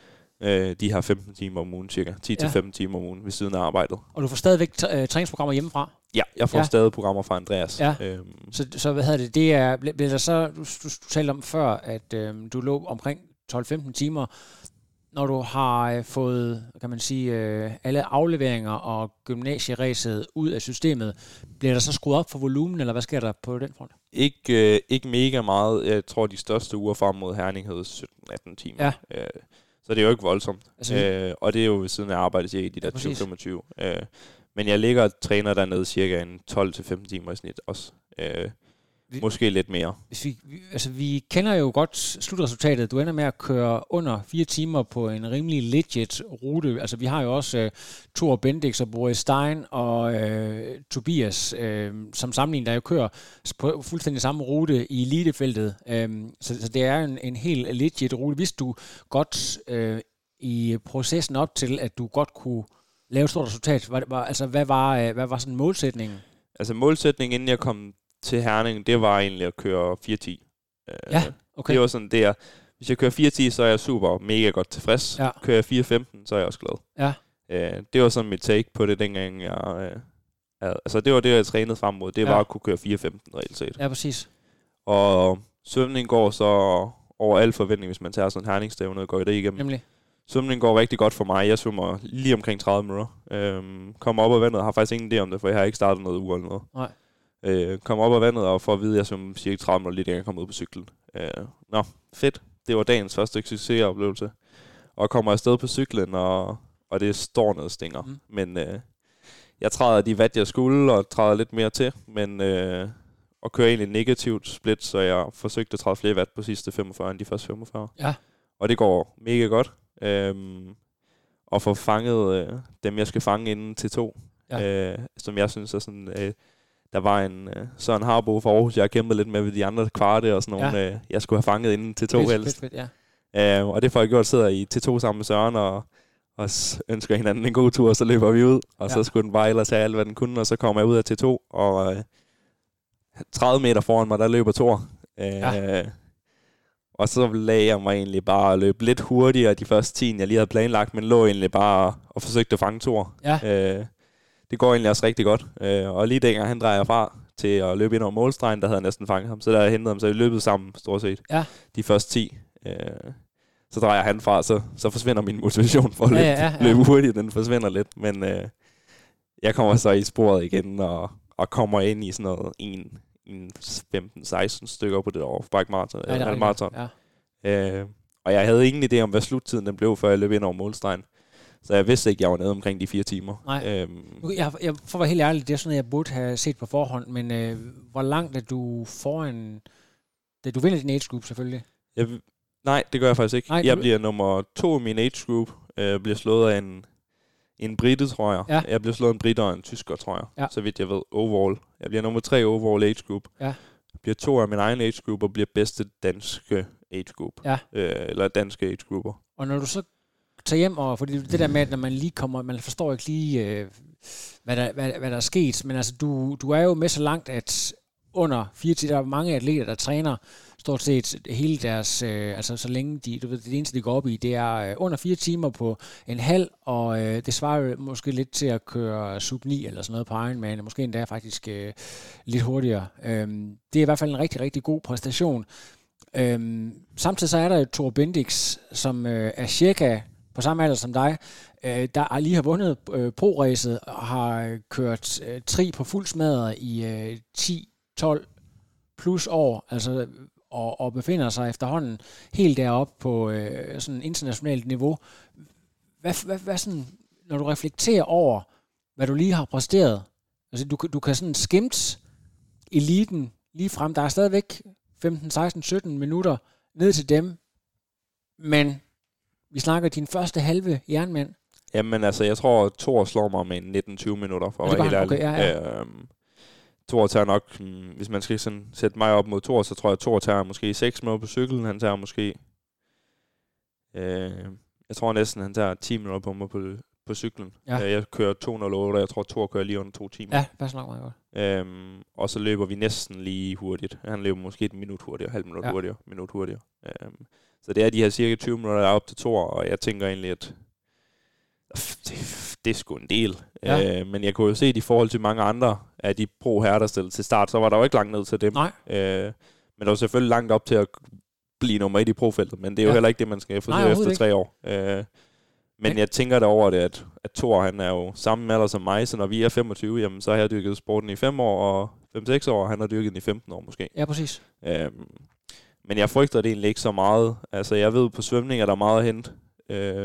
Øh, de har femten timer om ugen, cirka. ti til femten timer om ugen ved siden af arbejdet. Og du får stadigvæk t- øh, træningsprogrammer hjemmefra? Ja, jeg får ja. stadig programmer fra Andreas. Ja. Øhm. Så, så hvad hedder det? Det er, bliver der så, du, du, du talte om før, at øh, du lå omkring tolv til femten timer. Når du har øh, fået, kan man sige, øh, alle afleveringer og gymnasieræset ud af systemet, bliver der så skruet op for volumen, eller hvad sker der på den front? Ikke, øh, ikke mega meget. Jeg tror, de største uger frem mod Herning havde sytten til atten timer. Ja. Øh, så det er jo ikke voldsomt. Altså, øh, og det er jo ved siden af arbejdet, cirka de der ja, tyve til femogtyve. Øh, men jeg ligger og træner dernede cirka en tolv til femten timer i snit også. Øh, Vi, Måske lidt mere. Hvis vi, vi, altså, vi kender jo godt slutresultatet. Du ender med at køre under fire timer på en rimelig legit rute. Altså, vi har jo også uh, Thor Bendix og Boris Stein og uh, Tobias, uh, som sammenligner, der jo kører på fuldstændig samme rute i elitefeltet. Um, så, så det er en, en helt legit rute. Hvis du godt uh, i processen op til, at du godt kunne lave et stort resultat, var, var, altså, hvad var, uh, hvad var sådan målsætningen? Altså, målsætningen, inden jeg kom til Herning, det var egentlig at køre fire ti. Ja, okay. Det var sådan, det er, hvis jeg kører fire ti, så er jeg super mega godt tilfreds. Ja. Kører jeg fire femten, så er jeg også glad. Ja. Øh, det var sådan mit take på det, dengang jeg... Øh, altså, det var det, jeg trænede frem mod. Det var ja. at kunne køre fire femten reelt set. Ja, præcis. Og svømning går så over al forventning, hvis man tager sådan en herningsstævne og går i det igennem. Nemlig. Svømning går rigtig godt for mig. Jeg svømmer lige omkring tredive minutter. Øhm, kommer op af vandet, har faktisk ingen idé om det, for jeg har ikke startet noget uge eller noget. Nej. Øh, kommer op af vandet og får at vide, at jeg svømmer cirka tredive minutter lige, da jeg kommer ud på cyklen. Øh, nå, fedt. Det var dagens første succesoplevelse. Og kommer afsted på cyklen, og, og det står noget stinger. Mm. Men øh, jeg træder de vat, jeg skulle, og træder lidt mere til. Men øh, og kører egentlig negativt split, så jeg forsøgte at træde flere watt på sidste femogfyrre end de første femogfyrre. Ja. Og det går mega godt. Øhm, og får fanget øh, dem, jeg skal fange inden til to. Ja. Øh, som jeg synes er sådan... Øh, der var en øh, Søren Harbo fra Aarhus, jeg har kæmpet lidt med ved de andre kvarte og sådan nogle, ja. øh, jeg skulle have fanget inden til to helst. Fedt, fedt, ja. øh, og det får jeg gjort, sidder i til to sammen med Søren, og, og ønsker hinanden en god tur, og så løber vi ud. Og ja. Så skulle den bare ellers have alt, hvad den kunne, og så kommer jeg ud af til to, og øh, tredive meter foran mig, der løber Thor. Øh, ja. Og så lagde jeg mig egentlig bare at løbe lidt hurtigere de første ti, jeg lige havde planlagt, men lå egentlig bare og forsøgte at fange Thor. Ja. Øh, Det går egentlig også rigtig godt. Øh, og lige dengang han drejer fra til at løbe ind over målstregen, der havde jeg næsten fanget ham. Så der jeg hentet ham, så vi løbet sammen stort set. Ja. De første ti. Øh, så drejer han fra, så, så forsvinder min motivation for at løbe, ja, ja, ja. løbe hurtigt. Den forsvinder lidt. Men øh, jeg kommer så i sporet igen og, og kommer ind i sådan noget en, en femten seksten stykker på det år. Bike marathon. Ja, eller marathon. Ja. Øh, og jeg havde ingen idé om, hvad sluttiden den blev, før jeg løb ind over målstregen. Så jeg vidste ikke, jeg var nede omkring de fire timer. Nej. Øhm. Jeg, jeg, for at være helt ærlig, det er sådan noget, jeg burde have set på forhånd, men øh, hvor langt er du foran, da du vinder din age group selvfølgelig? Jeg, nej, det gør jeg faktisk ikke. Nej, jeg bliver nummer to i min age group. Jeg bliver slået af en, en brite, tror jeg. Ja. Jeg bliver slået af en brite og en tysker, tror jeg. Ja. Så vidt jeg ved, overall. Jeg bliver nummer tre overall age group. Ja. Jeg bliver to af min egen age group og bliver bedste danske age group. Ja. Øh, eller danske age grupper. Og når du så tage hjem, og fordi det der med, at når man lige kommer, man forstår ikke lige, øh, hvad, der, hvad, hvad der er sket, men altså, du, du er jo med så langt, at under fire timer, der er mange atleter, der træner stort set hele deres, øh, altså så længe de, du ved, det eneste, de går op i, det er øh, under fire timer på en halv, og øh, det svarer jo måske lidt til at køre sub ni eller sådan noget på Ironman, måske endda faktisk øh, lidt hurtigere. Øh, det er i hvert fald en rigtig, rigtig god præstation. Øh, samtidig så er der jo Thor Bendix, som øh, er cirka på samme alder som dig, øh, der lige har vundet øh, pro-ræset og har kørt øh, tri på fuld smadret i øh, ti tolv plus år, altså og, og befinder sig efterhånden helt deroppe på øh, sådan internationalt niveau. Hvad, hvad, hvad sådan, når du reflekterer over, hvad du lige har præsteret, altså du, du kan sådan skimte eliten lige frem, der er stadigvæk femten, seksten, sytten minutter ned til dem, men vi snakker din første halve jernmand. Jamen altså, jeg tror, at Thor slår mig med nitten tyve minutter, for at være helt ærlig. Okay, ja, ja. Øhm, Thor tager nok, hvis man skal sådan sætte mig op mod Thor, så tror jeg, at Thor tager måske seks minutter på cyklen. Han tager måske, øh, jeg tror næsten, han tager ti minutter på mig på, på cyklen. Ja. Jeg kører to nul otte, og jeg tror, Thor kører lige under to timer. Ja, passer nok meget godt. Øhm, og så løber vi næsten lige hurtigt. Han løber måske et minut hurtigere, halv minut ja. hurtigere, minut hurtigere. Øhm, så det er de her cirka tyve minutter, der er op til Thor, og jeg tænker egentlig, at det, det er sgu en del. Ja. Øh, men jeg kunne jo se, at i forhold til mange andre af de pro-herrer, der stillede til start, så var der jo ikke langt ned til dem. Nej. Øh, men der var selvfølgelig langt op til at blive nummer et i profeltet, men det er jo ja. heller ikke det, man skal forsøge efter tre år. Øh, men jeg tænker derover det, at, at Thor, han er jo samme alder som mig, så når vi er femogtyve, jamen, så har jeg dyrket sporten i fem år, og fem seks år, og han har dyrket den i femten år måske. Ja, præcis. Øh, men jeg frygter det egentlig ikke så meget. Altså, jeg ved, på svømning er der meget at hente. Øh,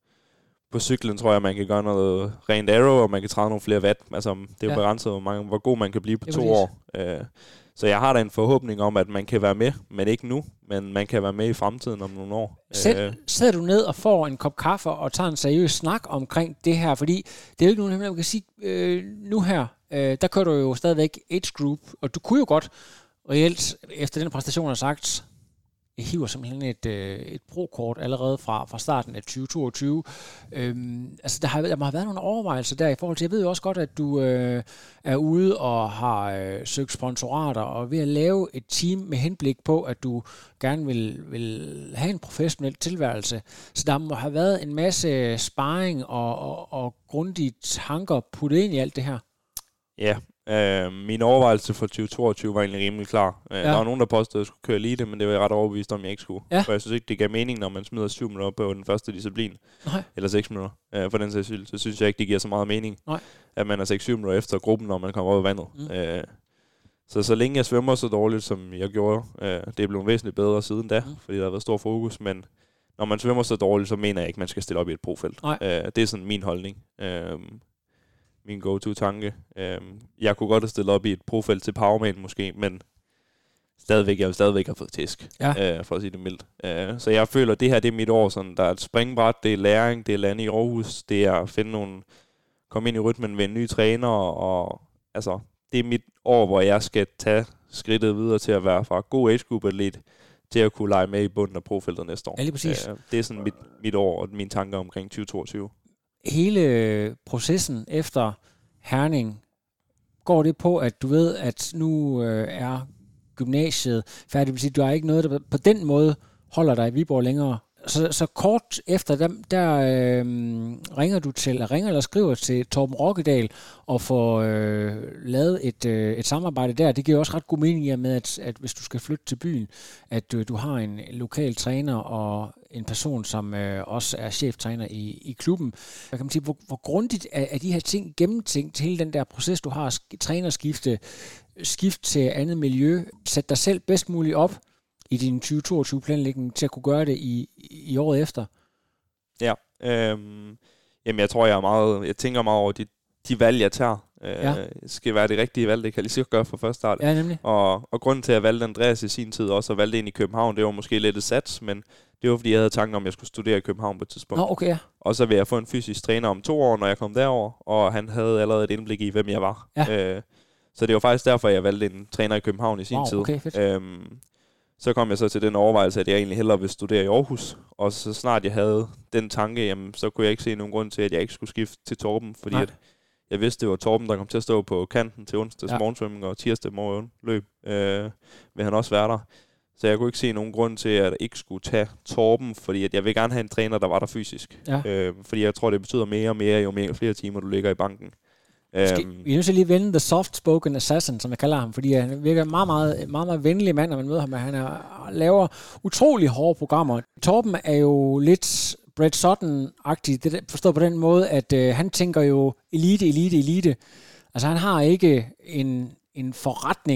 På cyklen tror jeg, man kan gøre noget rent aero, og man kan træde nogle flere watt. Altså, det er jo ja. begrænset, hvor, mange, hvor god man kan blive på to præcis. år. Uh, så jeg har da en forhåbning om, at man kan være med, men ikke nu, men man kan være med i fremtiden om nogle år. Sæt, uh, sidder du ned og får en kop kaffe og tager en seriøs snak omkring det her? Fordi det er jo ikke nogen, man kan sige, øh, nu her, øh, der kører du jo stadigvæk age group, og du kunne jo godt reelt, efter den præstation har sagt, jeg hiver simpelthen et, øh, et pro-kort allerede fra, fra starten af tyve toogtyve. Øhm, altså, der har, der må have været nogle overvejelser der i forhold til, jeg ved jo også godt, at du øh, er ude og har øh, søgt sponsorater, og ved at lave et team med henblik på, at du gerne vil, vil have en professionel tilværelse. Så der må have været en masse sparring og, og, og grundige tanker puttet ind i alt det her. Ja, øh, min overvejelse for tyve toogtyve var egentlig rimelig klar. Øh, ja. Der var nogen, der påstod, at jeg skulle køre elite, men det var jeg ret overbevist om, jeg ikke skulle. Ja. For jeg synes ikke, det gav mening, når man smider syv minutter på den første disciplin. Nej. Eller seks minutter. Øh, for den sags skyld, så synes jeg ikke, det giver så meget mening. Nej. At man er seks syv minutter efter gruppen, når man kommer over vandet. Mm. Øh, så så længe jeg svømmer så dårligt, som jeg gjorde, øh, det er blevet væsentligt bedre siden da, mm. fordi der har været stor fokus, men når man svømmer så dårligt, så mener jeg ikke, man skal stille op i et profelt. Øh, det er sådan min holdning. Øh, min go-to-tanke. Øhm, jeg kunne godt have stillet op i et profelt til Powerman måske, men stadigvæk, jeg vil stadigvæk have fået tæsk, ja. øh, for at sige det mildt. Øh, så jeg føler, at det her det er mit år. Sådan, der er et springbræt, det er læring, det er lande i Aarhus, det er at finde nogle, komme ind i rytmen ved en ny træner, og altså, det er mit år, hvor jeg skal tage skridtet videre til at være fra god age group atlet til at kunne lege med i bunden af profeltet næste år. Ja, lige præcis. Øh, det er sådan mit, mit år og mine tanker omkring tyve toogtyve. Hele processen efter Herning, går det på, at du ved, at nu øh, er gymnasiet færdigt? Du har ikke noget, der på den måde holder dig i Viborg længere. Så, så kort efter, der, der øh, ringer du til, eller ringer eller skriver til Torben Rokkedal og får øh, lavet et, øh, et samarbejde der. Det giver også ret god mening i med, at, at hvis du skal flytte til byen, at øh, du har en lokal træner og en person, som øh, også er cheftræner i, i klubben. Jeg kan man sige, hvor, hvor grundigt er, er de her ting gennemtænkt til hele den der proces, du har, sk- trænerskifte, skift til andet miljø, sæt dig selv bedst muligt op i din tyve toogtyve-planlægning til at kunne gøre det i, i året efter? Ja, øhm, jamen jeg tror, jeg er meget, jeg tænker meget over de, de valg, jeg tager. Øh, ja. Skal være det rigtige valg, det kan jeg lige så gøre fra første start. Ja, nemlig. Og, og grunden til, at jeg valgte Andreas i sin tid også, og valgte ind i København, det var måske lidt et sats, men det var, fordi jeg havde tanken om, at jeg skulle studere i København på et tidspunkt. Nå, okay, ja. Og så ville jeg få en fysisk træner om to år, når jeg kom derover, og han havde allerede et indblik i, hvem jeg var. Ja. Øh, så det var faktisk derfor, jeg valgte en træner i København i sin wow, tid. Okay, fedt. Øhm, Så kom jeg så til den overvejelse, at jeg egentlig hellere ville studere i Aarhus. Og så snart jeg havde den tanke, jamen, så kunne jeg ikke se nogen grund til, at jeg ikke skulle skifte til Torben. Fordi at jeg vidste, det var Torben, der kom til at stå på kanten til onsdags ja. morgensvømning og tirsdag morgenløb. Øh, vil han også være der. Så jeg kunne ikke se nogen grund til, at jeg ikke skulle tage Torben, fordi at jeg vil gerne have en træner, der var der fysisk. Ja. Øh, fordi jeg tror, det betyder mere og mere, jo mere flere timer du ligger i banken. Skal, vi er nødt til lige vende The Soft-Spoken Assassin, som jeg kalder ham, fordi han virker meget, meget, meget, meget venlig mand, når man møder ham. Han er, laver utrolig hårde programmer. Torben er jo lidt Brett Sutton-agtig, det forstået på den måde, at øh, han tænker jo elite, elite, elite. Altså han har ikke en, en forretning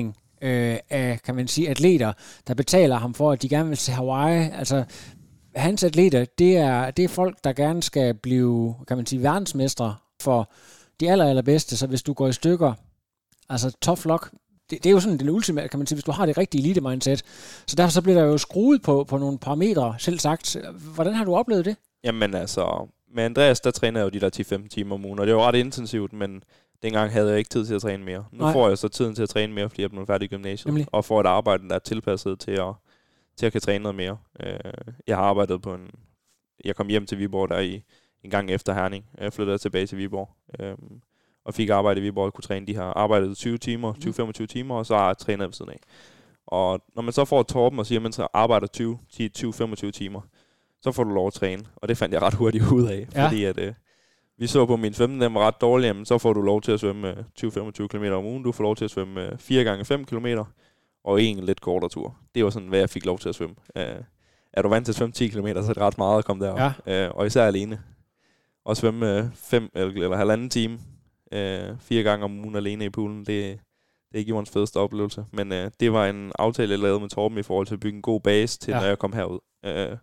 øh, af, kan man sige, atleter, der betaler ham for, at de gerne vil til Hawaii. Altså, hans atleter, det er, det er folk, der gerne skal blive, kan man sige, verdensmestre for de aller, allerbedste. Så hvis du går i stykker, altså tough luck, det, det er jo sådan den ultimate, kan man sige, hvis du har det rigtige elite-mindset. Så derfor så bliver der jo skruet på, på nogle parametre, selv sagt. Hvordan har du oplevet det? Jamen altså, med Andreas, der træner jeg jo de der ti til femten timer om ugen, og det var ret intensivt, men dengang havde jeg ikke tid til at træne mere. Nu Nej. får jeg så tiden til at træne mere, fordi jeg er blevet færdig i gymnasiet, Nemlig. og får et arbejde, der er tilpasset til at, til at kan træne noget mere. Jeg har arbejdet på en... Jeg kom hjem til Viborg der i en gang efter Herning. Jeg flyttede tilbage til Viborg, og fik arbejde i Viborg og kunne træne de her. Arbejdet tyve timer, tyve til femogtyve timer, og så har jeg trænet ved siden af. Og når man så får Torben og siger, at man så arbejder tyve til femogtyve timer, så får du lov at træne. Og det fandt jeg ret hurtigt ud af, ja. fordi at, øh, vi så på min femten, den var ret dårlig, jamen, så får du lov til at svømme øh, tyve til femogtyve kilometer om ugen. Du får lov til at svømme øh, fire gange fem kilometer, og en lidt kortere tur. Det var sådan, hvad jeg fik lov til at svømme. Øh, er du vant til at svømme ti kilometer, så er det ret meget at komme derop. Ja. Øh, og især alene. Og svømme fem eller, eller halvanden time, øh, fire gange om ugen alene i poolen, det, det er ikke jordens fedeste oplevelse. Men øh, det var en aftale, jeg lavede med Torben i forhold til at bygge en god base til, ja. når jeg kom herud. Øh,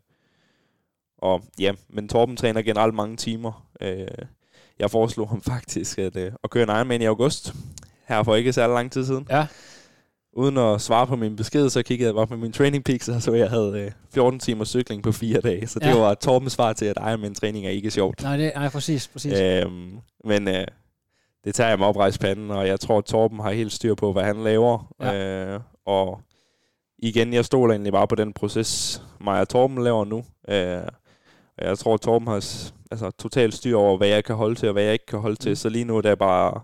og ja, men Torben træner generelt mange timer. Øh, jeg foreslog ham faktisk at, øh, at køre en Ironman i august, her for ikke særlig lang tid siden. Ja. Uden at svare på min besked, så kiggede jeg bare på min training peaks, og så jeg havde øh, fjorten timer cykling på fire dage. Så det ja. var Torbens svar til, at Ironman-træning er ikke sjovt. Nej, det, nej præcis. præcis. Øhm, men øh, det tager jeg med oprejspanden, og jeg tror, at Torben har helt styr på, hvad han laver. Ja. Øh, og igen, jeg stoler egentlig bare på den proces, mig og Torben laver nu. Øh, og jeg tror, at Torben har altså, totalt styr over, hvad jeg kan holde til, og hvad jeg ikke kan holde til. Så lige nu er det bare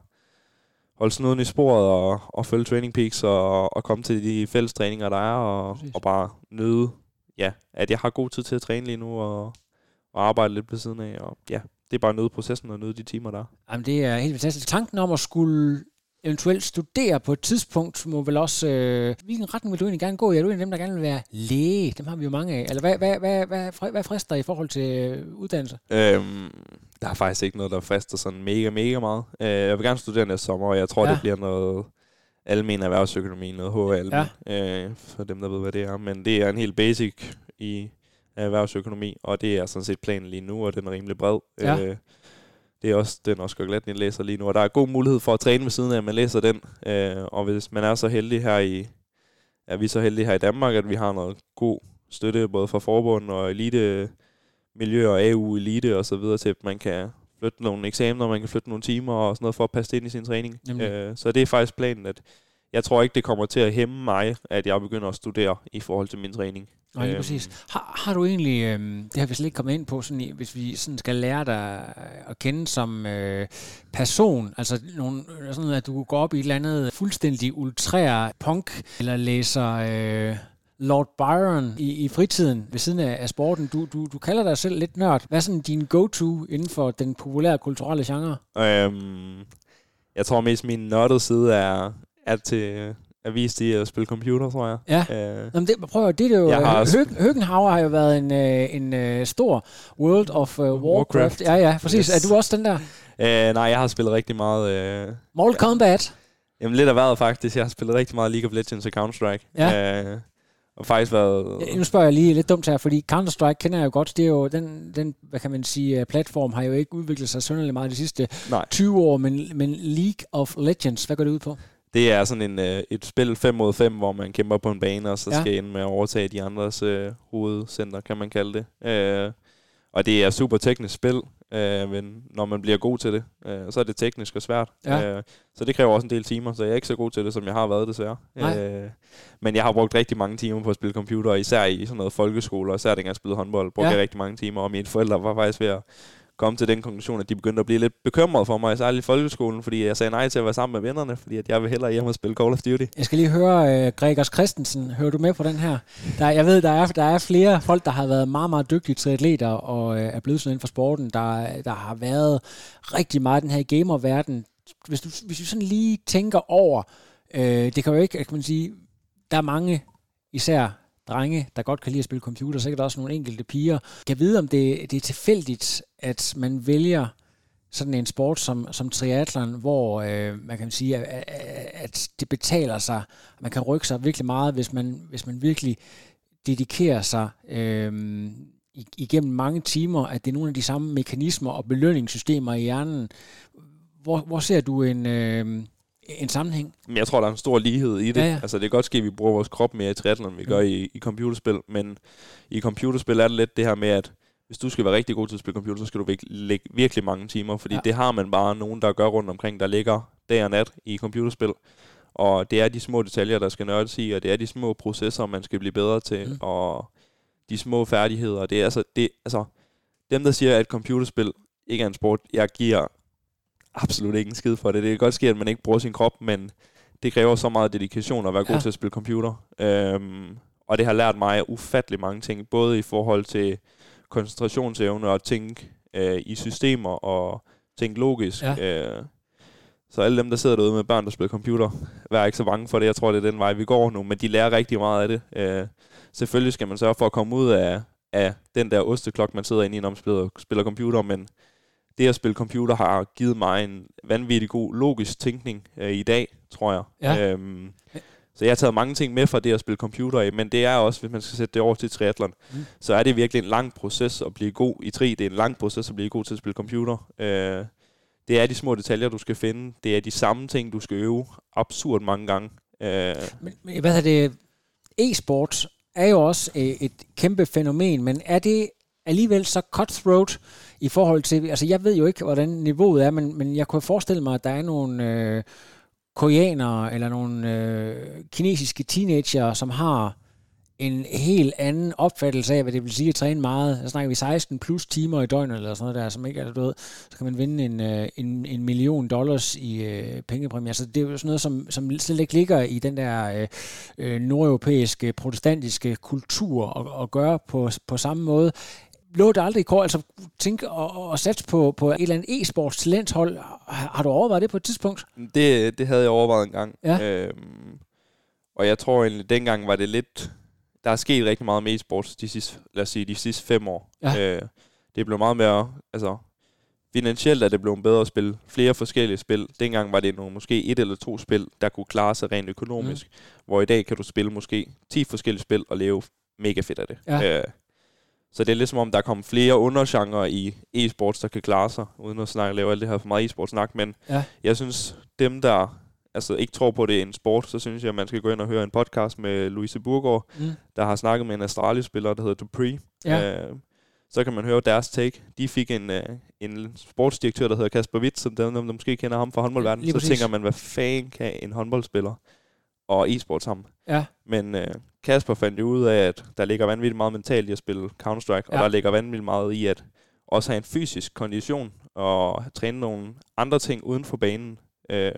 holde snuden i sporet og, og følge training peaks og, og komme til de fælles træninger, der er, og, og bare nyde, ja, at jeg har god tid til at træne lige nu og, og arbejde lidt på siden af. Og ja, det er bare at nyde processen og nyde de timer, der er. Jamen, det er helt fantastisk. Tanken om at skulle eventuelt studere på et tidspunkt, må vel også... Øh, hvilken retning vil du egentlig gerne gå i? Er du en af dem, der gerne vil være læge? Dem har vi jo mange af. Eller hvad, hvad, hvad, hvad, hvad frister i forhold til uddannelse? Øhm, der er faktisk ikke noget, der frister sådan mega, mega meget. Øh, jeg vil gerne studere næste sommer, og jeg tror, ja. det bliver noget almen erhvervsøkonomi, noget H A ja. øh, for dem, der ved, hvad det er. Men det er en helt basic i erhvervsøkonomi, og det er sådan set planen lige nu, og den er rimelig bred. Ja. Øh, Det er også den Oscar Gladney læser lige nu, og der er god mulighed for at træne ved siden af, at man læser den. Øh, og hvis man er så heldig her i, er vi så heldige her i Danmark, at vi har noget god støtte, både fra forbund og elite miljø og A U elite og så videre, til at man kan flytte nogle eksamener, man kan flytte nogle timer og sådan noget for at passe det ind i sin træning. Øh, så det er faktisk planen, at jeg tror ikke, det kommer til at hæmme mig, at jeg begynder at studere i forhold til min træning. Nej, lige præcis. Har, har du egentlig, øh, det har vi slet ikke kommet ind på, sådan, hvis vi sådan skal lære dig at kende som øh, person, altså nogle, sådan, at du går op i et eller andet fuldstændig ultrær punk, eller læser øh, Lord Byron i, i fritiden ved siden af, af sporten. Du, du, du kalder dig selv lidt nørd. Hvad er sådan din go-to inden for den populære kulturelle genre? Øhm, jeg tror mest min nørdede side er, er til... at vise de at spille computer, tror jeg. Ja, øh, Jamen det, prøv at det er jo... Hø- Høgenhauer har jo været en, en, en stor World of uh, Warcraft. Warcraft. Ja, ja, præcis. Yes. Er du også den der? Øh, nej, jeg har spillet rigtig meget... Øh, Mortal Kombat? Jamen lidt af været faktisk. Jeg har spillet rigtig meget League of Legends og Counter-Strike. Ja. Øh, og faktisk været... Ja, nu spørger jeg lige lidt dumt her, fordi Counter-Strike kender jeg jo godt. Det er jo den, den hvad kan man sige, platform har jo ikke udviklet sig synderligt meget de sidste nej. tyve år, men, men League of Legends, hvad går det ud på? Det er sådan en, øh, et spil fem mod fem, hvor man kæmper på en bane, og så ja. skal ende med at overtage de andres øh, hovedcenter, kan man kalde det. Øh, og det er super teknisk spil, øh, men når man bliver god til det, øh, så er det teknisk og svært. Ja. Øh, så det kræver også en del timer, så jeg er ikke så god til det, som jeg har været desværre. Øh, men jeg har brugt rigtig mange timer på at spille computer, især i sådan noget folkeskole, og især dengang jeg spillede håndbold, brugte ja. jeg rigtig mange timer, og mine forældre var faktisk ved at kom til den konklusion, at de begyndte at blive lidt bekymrede for mig, særligt i folkeskolen, fordi jeg sagde nej til at være sammen med vennerne, fordi at jeg vil hellere hjem og spille Call of Duty. Jeg skal lige høre uh, Gregers Christensen. Hører du med på den her? Der, jeg ved, der er, der er flere folk, der har været meget, meget dygtige til atleter og uh, er blevet sådan inden for sporten. Der, der har været rigtig meget den her gamerverden. Hvis du, hvis du sådan lige tænker over, uh, det kan jo ikke, kan man sige, der er mange, især drenge, der godt kan lide at spille computer, så er der også nogle enkelte piger. Jeg kan vide, om det, det er tilfældigt, at man vælger sådan en sport som, som triathlon, hvor øh, man kan sige, at, at det betaler sig. Man kan rykke sig virkelig meget, hvis man, hvis man virkelig dedikerer sig øh, igennem mange timer, at det er nogle af de samme mekanismer og belønningssystemer i hjernen. Hvor, hvor ser du en, øh, en sammenhæng? Jeg tror, der er en stor lighed i det. Ja, ja. Altså, det kan godt ske, at vi bruger vores krop mere i triathlon, end vi mm. gør i, i computerspil, men i computerspil er det lidt det her med, at hvis du skal være rigtig god til at spille computer, så skal du lægge virkelig mange timer, fordi ja. det har man bare nogen, der gør rundt omkring, der ligger dag og nat i computerspil. Og det er de små detaljer, der skal nørdes i, og det er de små processer, man skal blive bedre til, mm. og de små færdigheder. Det er altså, det, altså, dem, der siger, at computerspil ikke er en sport, jeg giver absolut ikke en skid for det. Det kan godt ske, at man ikke bruger sin krop, men det kræver så meget dedikation at være god ja. til at spille computer. Øhm, og det har lært mig ufattelig mange ting, både i forhold til koncentrationsevne og tænke øh, i systemer og tænke logisk. Ja. Øh, så alle dem, der sidder derude med børn, der spiller computer, vær ikke så bange for det. Jeg tror, det er den vej, vi går nu, men de lærer rigtig meget af det. Øh, selvfølgelig skal man sørge for at komme ud af, af den der osteklok, man sidder inde i, når man spiller, spiller computer, men det at spille computer har givet mig en vanvittig god logisk tænkning øh, i dag, tror jeg. Ja. Øhm, så jeg har taget mange ting med fra det at spille computer i, men det er også, hvis man skal sætte det over til triathlon, mm. så er det virkelig en lang proces at blive god i tri. Det er en lang proces at blive god til at spille computer. Øh, det er de små detaljer, du skal finde. Det er de samme ting, du skal øve absurd mange gange. Øh. Men, men hvad er det? E-sport er jo også et kæmpe fænomen, men er det alligevel så cutthroat i forhold til, altså jeg ved jo ikke, hvordan niveauet er, men, men jeg kunne forestille mig, at der er nogle øh, koreanere eller nogle øh, kinesiske teenager, som har en helt anden opfattelse af, hvad det vil sige at træne meget. Der snakker vi seksten plus timer i døgnet, eller sådan noget der, som ikke er død. Så kan man vinde en, en, en million dollars i øh, pengepræmier. Så det er jo sådan noget, som, som slet ikke ligger i den der øh, nordeuropæiske, protestantiske kultur og, og gøre på, på samme måde. Lå det aldrig i kår, altså tænke og, og satse på, på et eller andet e-sports talenthold. Har, har du overvejet det på et tidspunkt? Det, det havde jeg overvejet en gang. Ja. Øhm, og jeg tror egentlig, dengang var det lidt... Der er sket rigtig meget med e-sports de sidste, lad os sige, de sidste fem år. Ja. Øh, det blev meget mere... Altså, finansielt er det blevet bedre at spille flere forskellige spil. Dengang var det nogle, måske et eller to spil, der kunne klare sig rent økonomisk. Mm. Hvor i dag kan du spille måske ti forskellige spil og leve mega fedt af det. Ja. Øh, Så det er lidt som om, der kommer flere undergenrer i e-sports, der kan klare sig, uden at snakke, lave alt det her for meget e-sports-snak. Men ja. jeg synes, dem der altså, ikke tror på, det er en sport, så synes jeg, at man skal gå ind og høre en podcast med Louise Burgaard, mm. der har snakket med en Astralis-spiller, der hedder Dupree. Ja. Øh, så kan man høre deres take. De fik en, øh, en sportsdirektør, der hedder Kasper Witt, som dem, der måske kender ham fra håndboldverdenen. Ja, så præcis. Tænker man, hvad fanden kan en håndboldspiller og e-sport sammen? Ja. Men øh, Kasper fandt jo ud af, at der ligger vanvittigt meget mentalt i at spille Counter-Strike, ja. og der ligger vanvittigt meget i at også have en fysisk kondition og træne nogle andre ting uden for banen. Øh,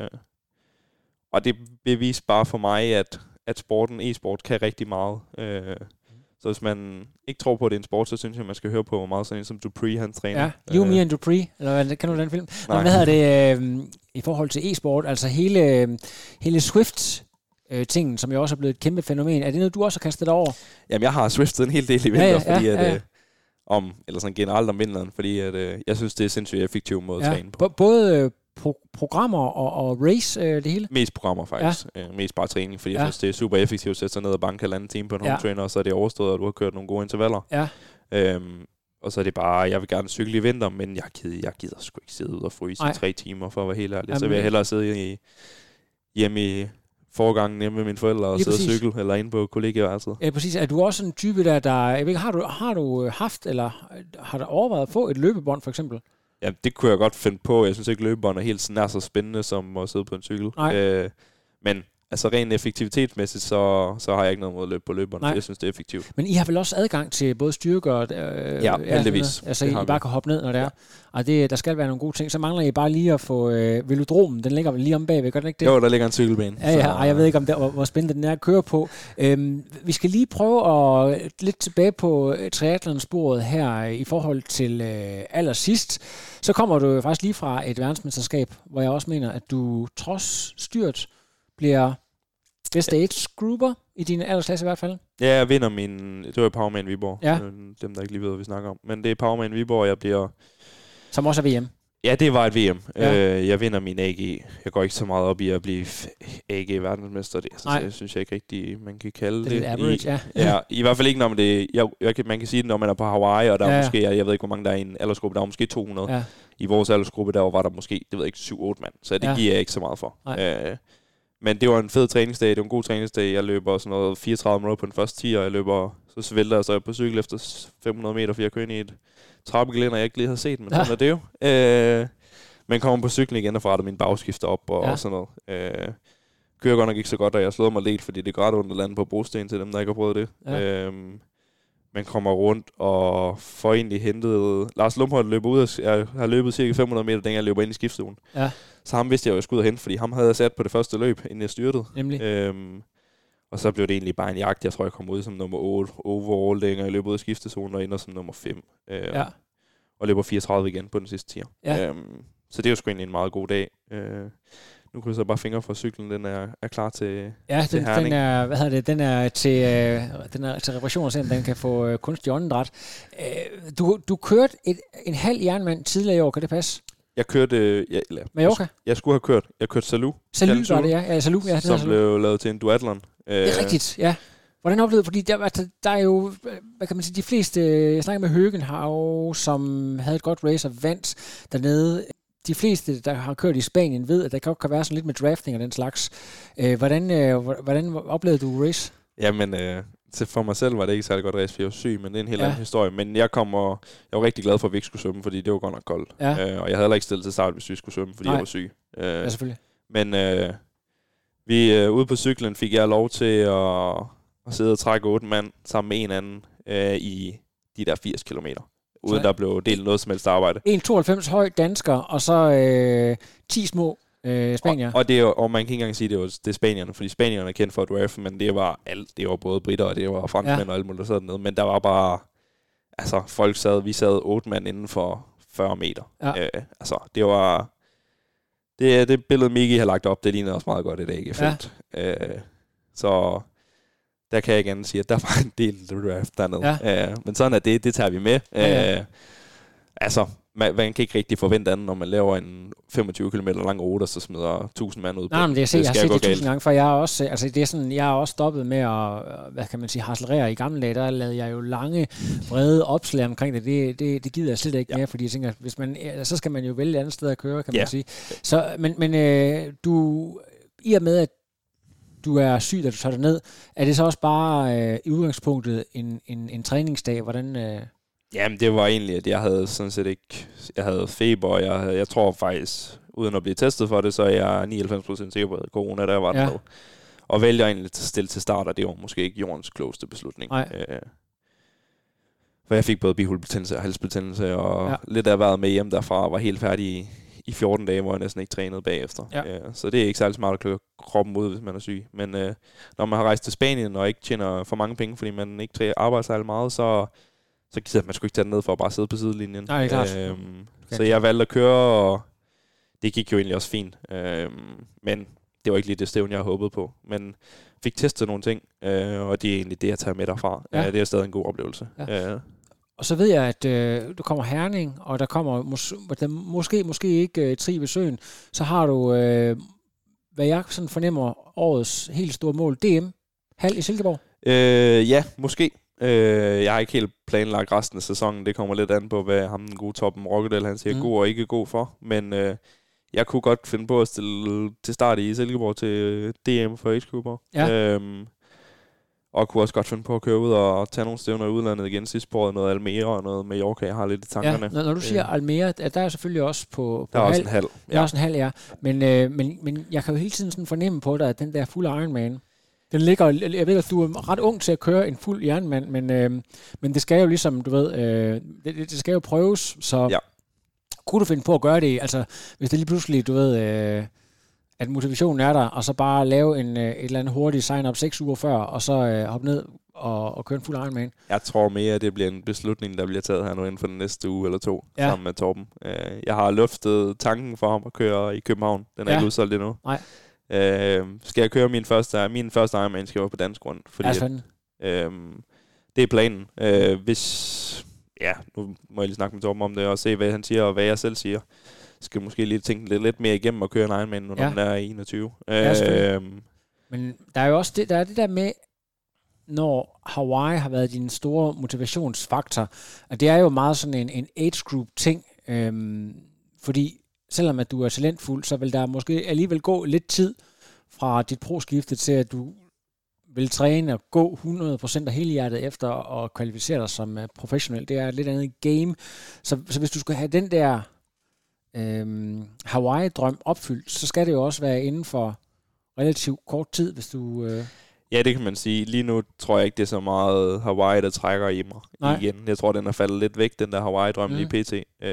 og det beviste bare for mig, at, at sporten, e-sport, kan rigtig meget. Øh, så hvis man ikke tror på, at det er en sport, så synes jeg, man skal høre på, hvor meget sådan en som Dupree, han træner. Ja, You, Me and Dupree, eller hvad, kan du den film? Nå, hvad hedder det øh, i forhold til e-sport? Altså hele, hele Swift... Øh, tingen, som jo også er blevet et kæmpe fænomen. Er det noget, du også har kastet dig over? Jamen, jeg har swiftet en hel del i vinter, ja, ja, fordi at, ja, ja. Øh, om, eller sådan generelt om vinteren, fordi at, øh, jeg synes, det er sindssygt effektiv måde ja. at træne på. B- både øh, pro- programmer og, og race, øh, det hele? Mest programmer, faktisk. Ja. Øh, mest bare træning, fordi ja. jeg synes, det er super effektivt at sætte sig ned og banke halvanden time på en ja. home trainer, og så er det overstået, og du har kørt nogle gode intervaller. Ja. Øhm, og så er det bare, jeg vil gerne cykle i vinter, men jeg gider, jeg gider sgu ikke sidde ud og fryse i tre timer, for at være helt ærlig. Jamen, så vil jeg hellere sidde i, hjemme i forgangen hjemme med mine forældre og sidde og cykle, eller inde på kollegieværelset. Ja, præcis. Er du også en type, der, der jeg ved ikke, har du, har du haft, eller har du overvejet at få et løbebånd, for eksempel? Ja, det kunne jeg godt finde på. Jeg synes ikke, løbebånd er helt sådan, er så spændende, som at sidde på en cykel. Øh, men altså rent effektivitetsmæssigt, så, så har jeg ikke noget mod at løbe på løbebånd. Jeg synes, det er effektivt. Men I har vel også adgang til både styrke og... Øh, ja, heldigvis. Altså, I bare kan hoppe ned, når det ja. er. Og det, der skal være nogle gode ting. Så mangler I bare lige at få øh, velodromen. Den ligger vel lige om bagved, gør den ikke det? Jo, der ligger en cykelbane. Ja, ja. Og jeg ved ikke, om det, hvor, hvor spændende den er at køre på. Øhm, vi skal lige prøve at lidt tilbage på triathlon-sporet her i forhold til øh, allersidst. Så kommer du faktisk lige fra et verdensmesterskab, hvor jeg også mener, at du trods styrt bliver bedste age grouper i din aldersklasse i hvert fald. Ja, jeg vinder min... Det var Powerman Viborg. Ja. Dem, der ikke lige ved, hvad vi snakker om. Men det er Powerman Viborg, jeg bliver... Som også er V M. Ja, det var et V M. Ja. Øh, jeg vinder min A G. Jeg går ikke så meget op i at blive A G-verdensmester. Det så jeg synes jeg ikke rigtig, man kan kalde det. Det er average, I, ja. ja. I hvert fald ikke, når man, det, jeg, jeg, man kan sige det, når man er på Hawaii, og der ja, er måske, jeg, jeg ved ikke, hvor mange der er i en aldersgruppe, der er måske to hundrede. Ja. I vores aldersgruppe, der var der måske, det ved jeg ikke, syv otte mand. Så det ja. giver jeg ikke så meget for. Øh, men det var en fed træningsdag. Det var en god træningsdag. Jeg løber sådan noget fireogtredive minutter på den første ti, og jeg løber, så svælter jeg så på cykel efter fem hundrede meter, for jeg kører ind i et trappegelænder, jeg ikke lige havde set, men ja. sådan er det jo. Øh, men kommer på cyklen igen og retter min bagskifter op og, ja. og sådan noget. Øh, kører godt nok ikke så godt, og jeg slår mig lidt, fordi det er ret ondt at lande på brosten til dem, der ikke har prøvet det. Ja. Øh, man kommer rundt og får egentlig hentet... Lars Lumholdt løber ud, og jeg har løbet cirka fem hundrede meter, dengang jeg løber ind i skiftstuen. Ja. Så ham vidste jeg jo, at jeg skulle ud og hente, fordi ham havde jeg sat på det første løb, inden jeg styrtede. Nemlig. Øhm, og så blev det egentlig bare en jagt. Jeg tror, jeg kom ud som nummer otte overall, dengang jeg løb ud af skiftezonen, og ender som nummer fem. Øhm, ja. Og løber fireogtredive igen på den sidste tier. Ja. Øhm, så det er jo sgu egentlig en meget god dag. Øh, nu kan du så bare fingre fra cyklen, den er, er klar til, ja, til den, den er, hvad hedder det, den er til, øh, den er til reparation, så den kan få øh, kunstig åndedræt. Øh, du, du kørte et, en halv jernmand tidligere i år, kan det passe? Jeg kørte... Ja, eller, Mallorca? Jeg, jeg skulle have kørt. Jeg kørte Salou. Salou var det, ja. ja Salou, ja det som Salou. blev lavet til en duatlon. Det er rigtigt, ja. Hvordan oplevede du? Fordi der, altså, der er jo, hvad kan man sige, de fleste... Jeg snakker med Høgen har jo, som havde et godt race og vandt dernede. De fleste, der har kørt i Spanien, ved, at der godt kan være sådan lidt med drafting og den slags. Øh, hvordan, øh, hvordan oplevede du race? Jamen, øh, for mig selv var det ikke særlig godt race, for jeg var syg, men det er en helt ja. anden historie. Men jeg kom og, jeg var rigtig glad for, at vi ikke skulle svømme, fordi det var godt nok koldt. Ja. Øh, og jeg havde heller ikke stillet til start, hvis vi skulle svømme, fordi Nej. jeg var syg. Øh, ja, selvfølgelig. Men øh, vi øh, ude på cyklen fik jeg lov til at, at sidde og trække otte mand sammen med en anden øh, i de der firs kilometer. Uden der blev delt noget som helst arbejde. en komma tooghalvfems høj dansker, og så øh, ti små øh, spanier. Og, og, det er, og man kan ikke engang sige, at det var det er spanierne, fordi spanierne er kendt for at draft, men det var alt. Det var både britter, og det var franskmænd ja. og alt muligt, der sad dernede. Men der var bare... Altså, folk sad... Vi sad otte mand inden for fyrre meter. Ja. Øh, altså, det var... Det, det billede, Miki har lagt op, det lignede også meget godt et A G-felt. Ja. Øh, så... Der kan jeg igen sige, at der var en del draft dernede. Ja. Uh, men sådan er det, det tager vi med. Ja, ja. Uh, altså, man, man kan ikke rigtig forvente andet, når man laver en femogtyve kilometer lang rute, og så smider tusind mand ud på. Nej, men det, jeg, set, det jeg har set det tusind gange, for jeg har også, altså det er sådan, jeg har også stoppet med at, hvad kan man sige, harcelerere. I gamle dage, der lavede jeg jo lange, brede opslag omkring det. Det, det, det gider jeg slet ikke ja. mere, fordi jeg tænker, hvis man, så skal man jo vælge et andet sted at køre, kan man ja. sige. Så, men, men øh, du, i og med, at du er syg, da du tager det ned. Er det så også bare øh, i udgangspunktet en, en, en træningsdag? Hvordan? Øh... Jamen, det var egentlig, at jeg havde sådan set ikke... Jeg havde feber, og jeg, jeg tror faktisk, uden at blive testet for det, så er jeg nioghalvfems procent sikker på, at corona, der var ja. der. Og vælger egentlig at stille til start, og det var måske ikke jordens klogeste beslutning. Øh, for jeg fik både bihulebetændelse og halsbetændelse, og ja. lidt af været med hjem derfra, og var helt færdig i, i fjorten dage, hvor jeg næsten ikke trænede bagefter. Ja. Øh, så det er ikke særlig smart at kløre kroppen ud, hvis man er syg. Men øh, når man har rejst til Spanien og ikke tjener for mange penge, fordi man ikke arbejder særlig meget, så, så gider man sgu ikke tage ned for at bare sidde på sidelinjen. Nej, det er klart. Øhm, okay. Så jeg valgte at køre, og det gik jo egentlig også fint. Øhm, men det var ikke lige det stævn, jeg håbede på. Men fik testet nogle ting, øh, og det er egentlig det, jeg tager med derfra. Ja. Øh, det er stadig en god oplevelse. Ja. Øh. Og så ved jeg, at øh, du kommer Herning, og der kommer mås- der måske, måske ikke øh, Tri ved Søen. Så har du, øh, hvad jeg sådan fornemmer, årets helt store mål, D M. Hal i Silkeborg. Øh, ja, måske. Øh, jeg har ikke helt planlagt resten af sæsonen. Det kommer lidt an på, hvad ham den gode Toppen Rokkedal, han siger mm. god og ikke god for. Men øh, jeg kunne godt finde på at stille til start i Silkeborg til D M for H-Cooper. Ja. Øhm, og kunne også godt finde på at køre ud og tage nogle stævner i udlandet igen sidste år, noget Almere og noget Mallorca, jeg har lidt i tankerne. Ja, når du siger øh. Almere, der er selvfølgelig også på, på der er halv. også en halv. Ja. Der er også en halv, ja. Men, øh, men, men jeg kan jo hele tiden sådan fornemme på dig, at den der fulde Ironman, den ligger, jeg ved, at du er ret ung til at køre en fuld jernmand, men, øh, men det skal jo ligesom, du ved, øh, det, det skal jo prøves, så ja. Kunne du finde på at gøre det, altså hvis det lige pludselig, du ved... Øh, at motivationen er der, og så bare lave en, et eller andet hurtigt sign-up seks uger før, og så øh, hoppe ned og, og køre en fuld Ironman? Jeg tror mere, at det bliver en beslutning, der bliver taget her nu inden for den næste uge eller to, ja. sammen med Torben. Jeg har luftet tanken for ham at køre i København. Den er ja. ikke udsolgt endnu. Nej. Øh, skal jeg køre min første, min første Ironman, skal jeg være på dansk grund. Fordi ja, at, øh, det er planen. Øh, hvis, ja, nu må jeg lige snakke med Torben om det, og se, hvad han siger, og hvad jeg selv siger. skal måske lige tænke lidt, lidt mere igennem og køre en Ironman, når Ja. den er enogtyve. Ja, øh, Men der er jo også det, der, er det der med, når Hawaii har været din store motivationsfaktor, og det er jo meget sådan en, en age group ting, øhm, fordi selvom at du er talentfuld, så vil der måske alligevel gå lidt tid fra dit pro-skifte til, at du vil træne og gå hundrede procent af hele hjertet efter at kvalificere dig som uh, professionel. Det er et lidt andet game. Så, så hvis du skal have den der øhm, Hawaii-drøm opfyldt, så skal det jo også være inden for relativt kort tid, hvis du... Øh Ja, det kan man sige. Lige nu tror jeg ikke, det er så meget Hawaii, der trækker i mig Nej. igen. Jeg tror, den er faldet lidt væk, den der Hawaii-drøm Mm. lige pt. Øh,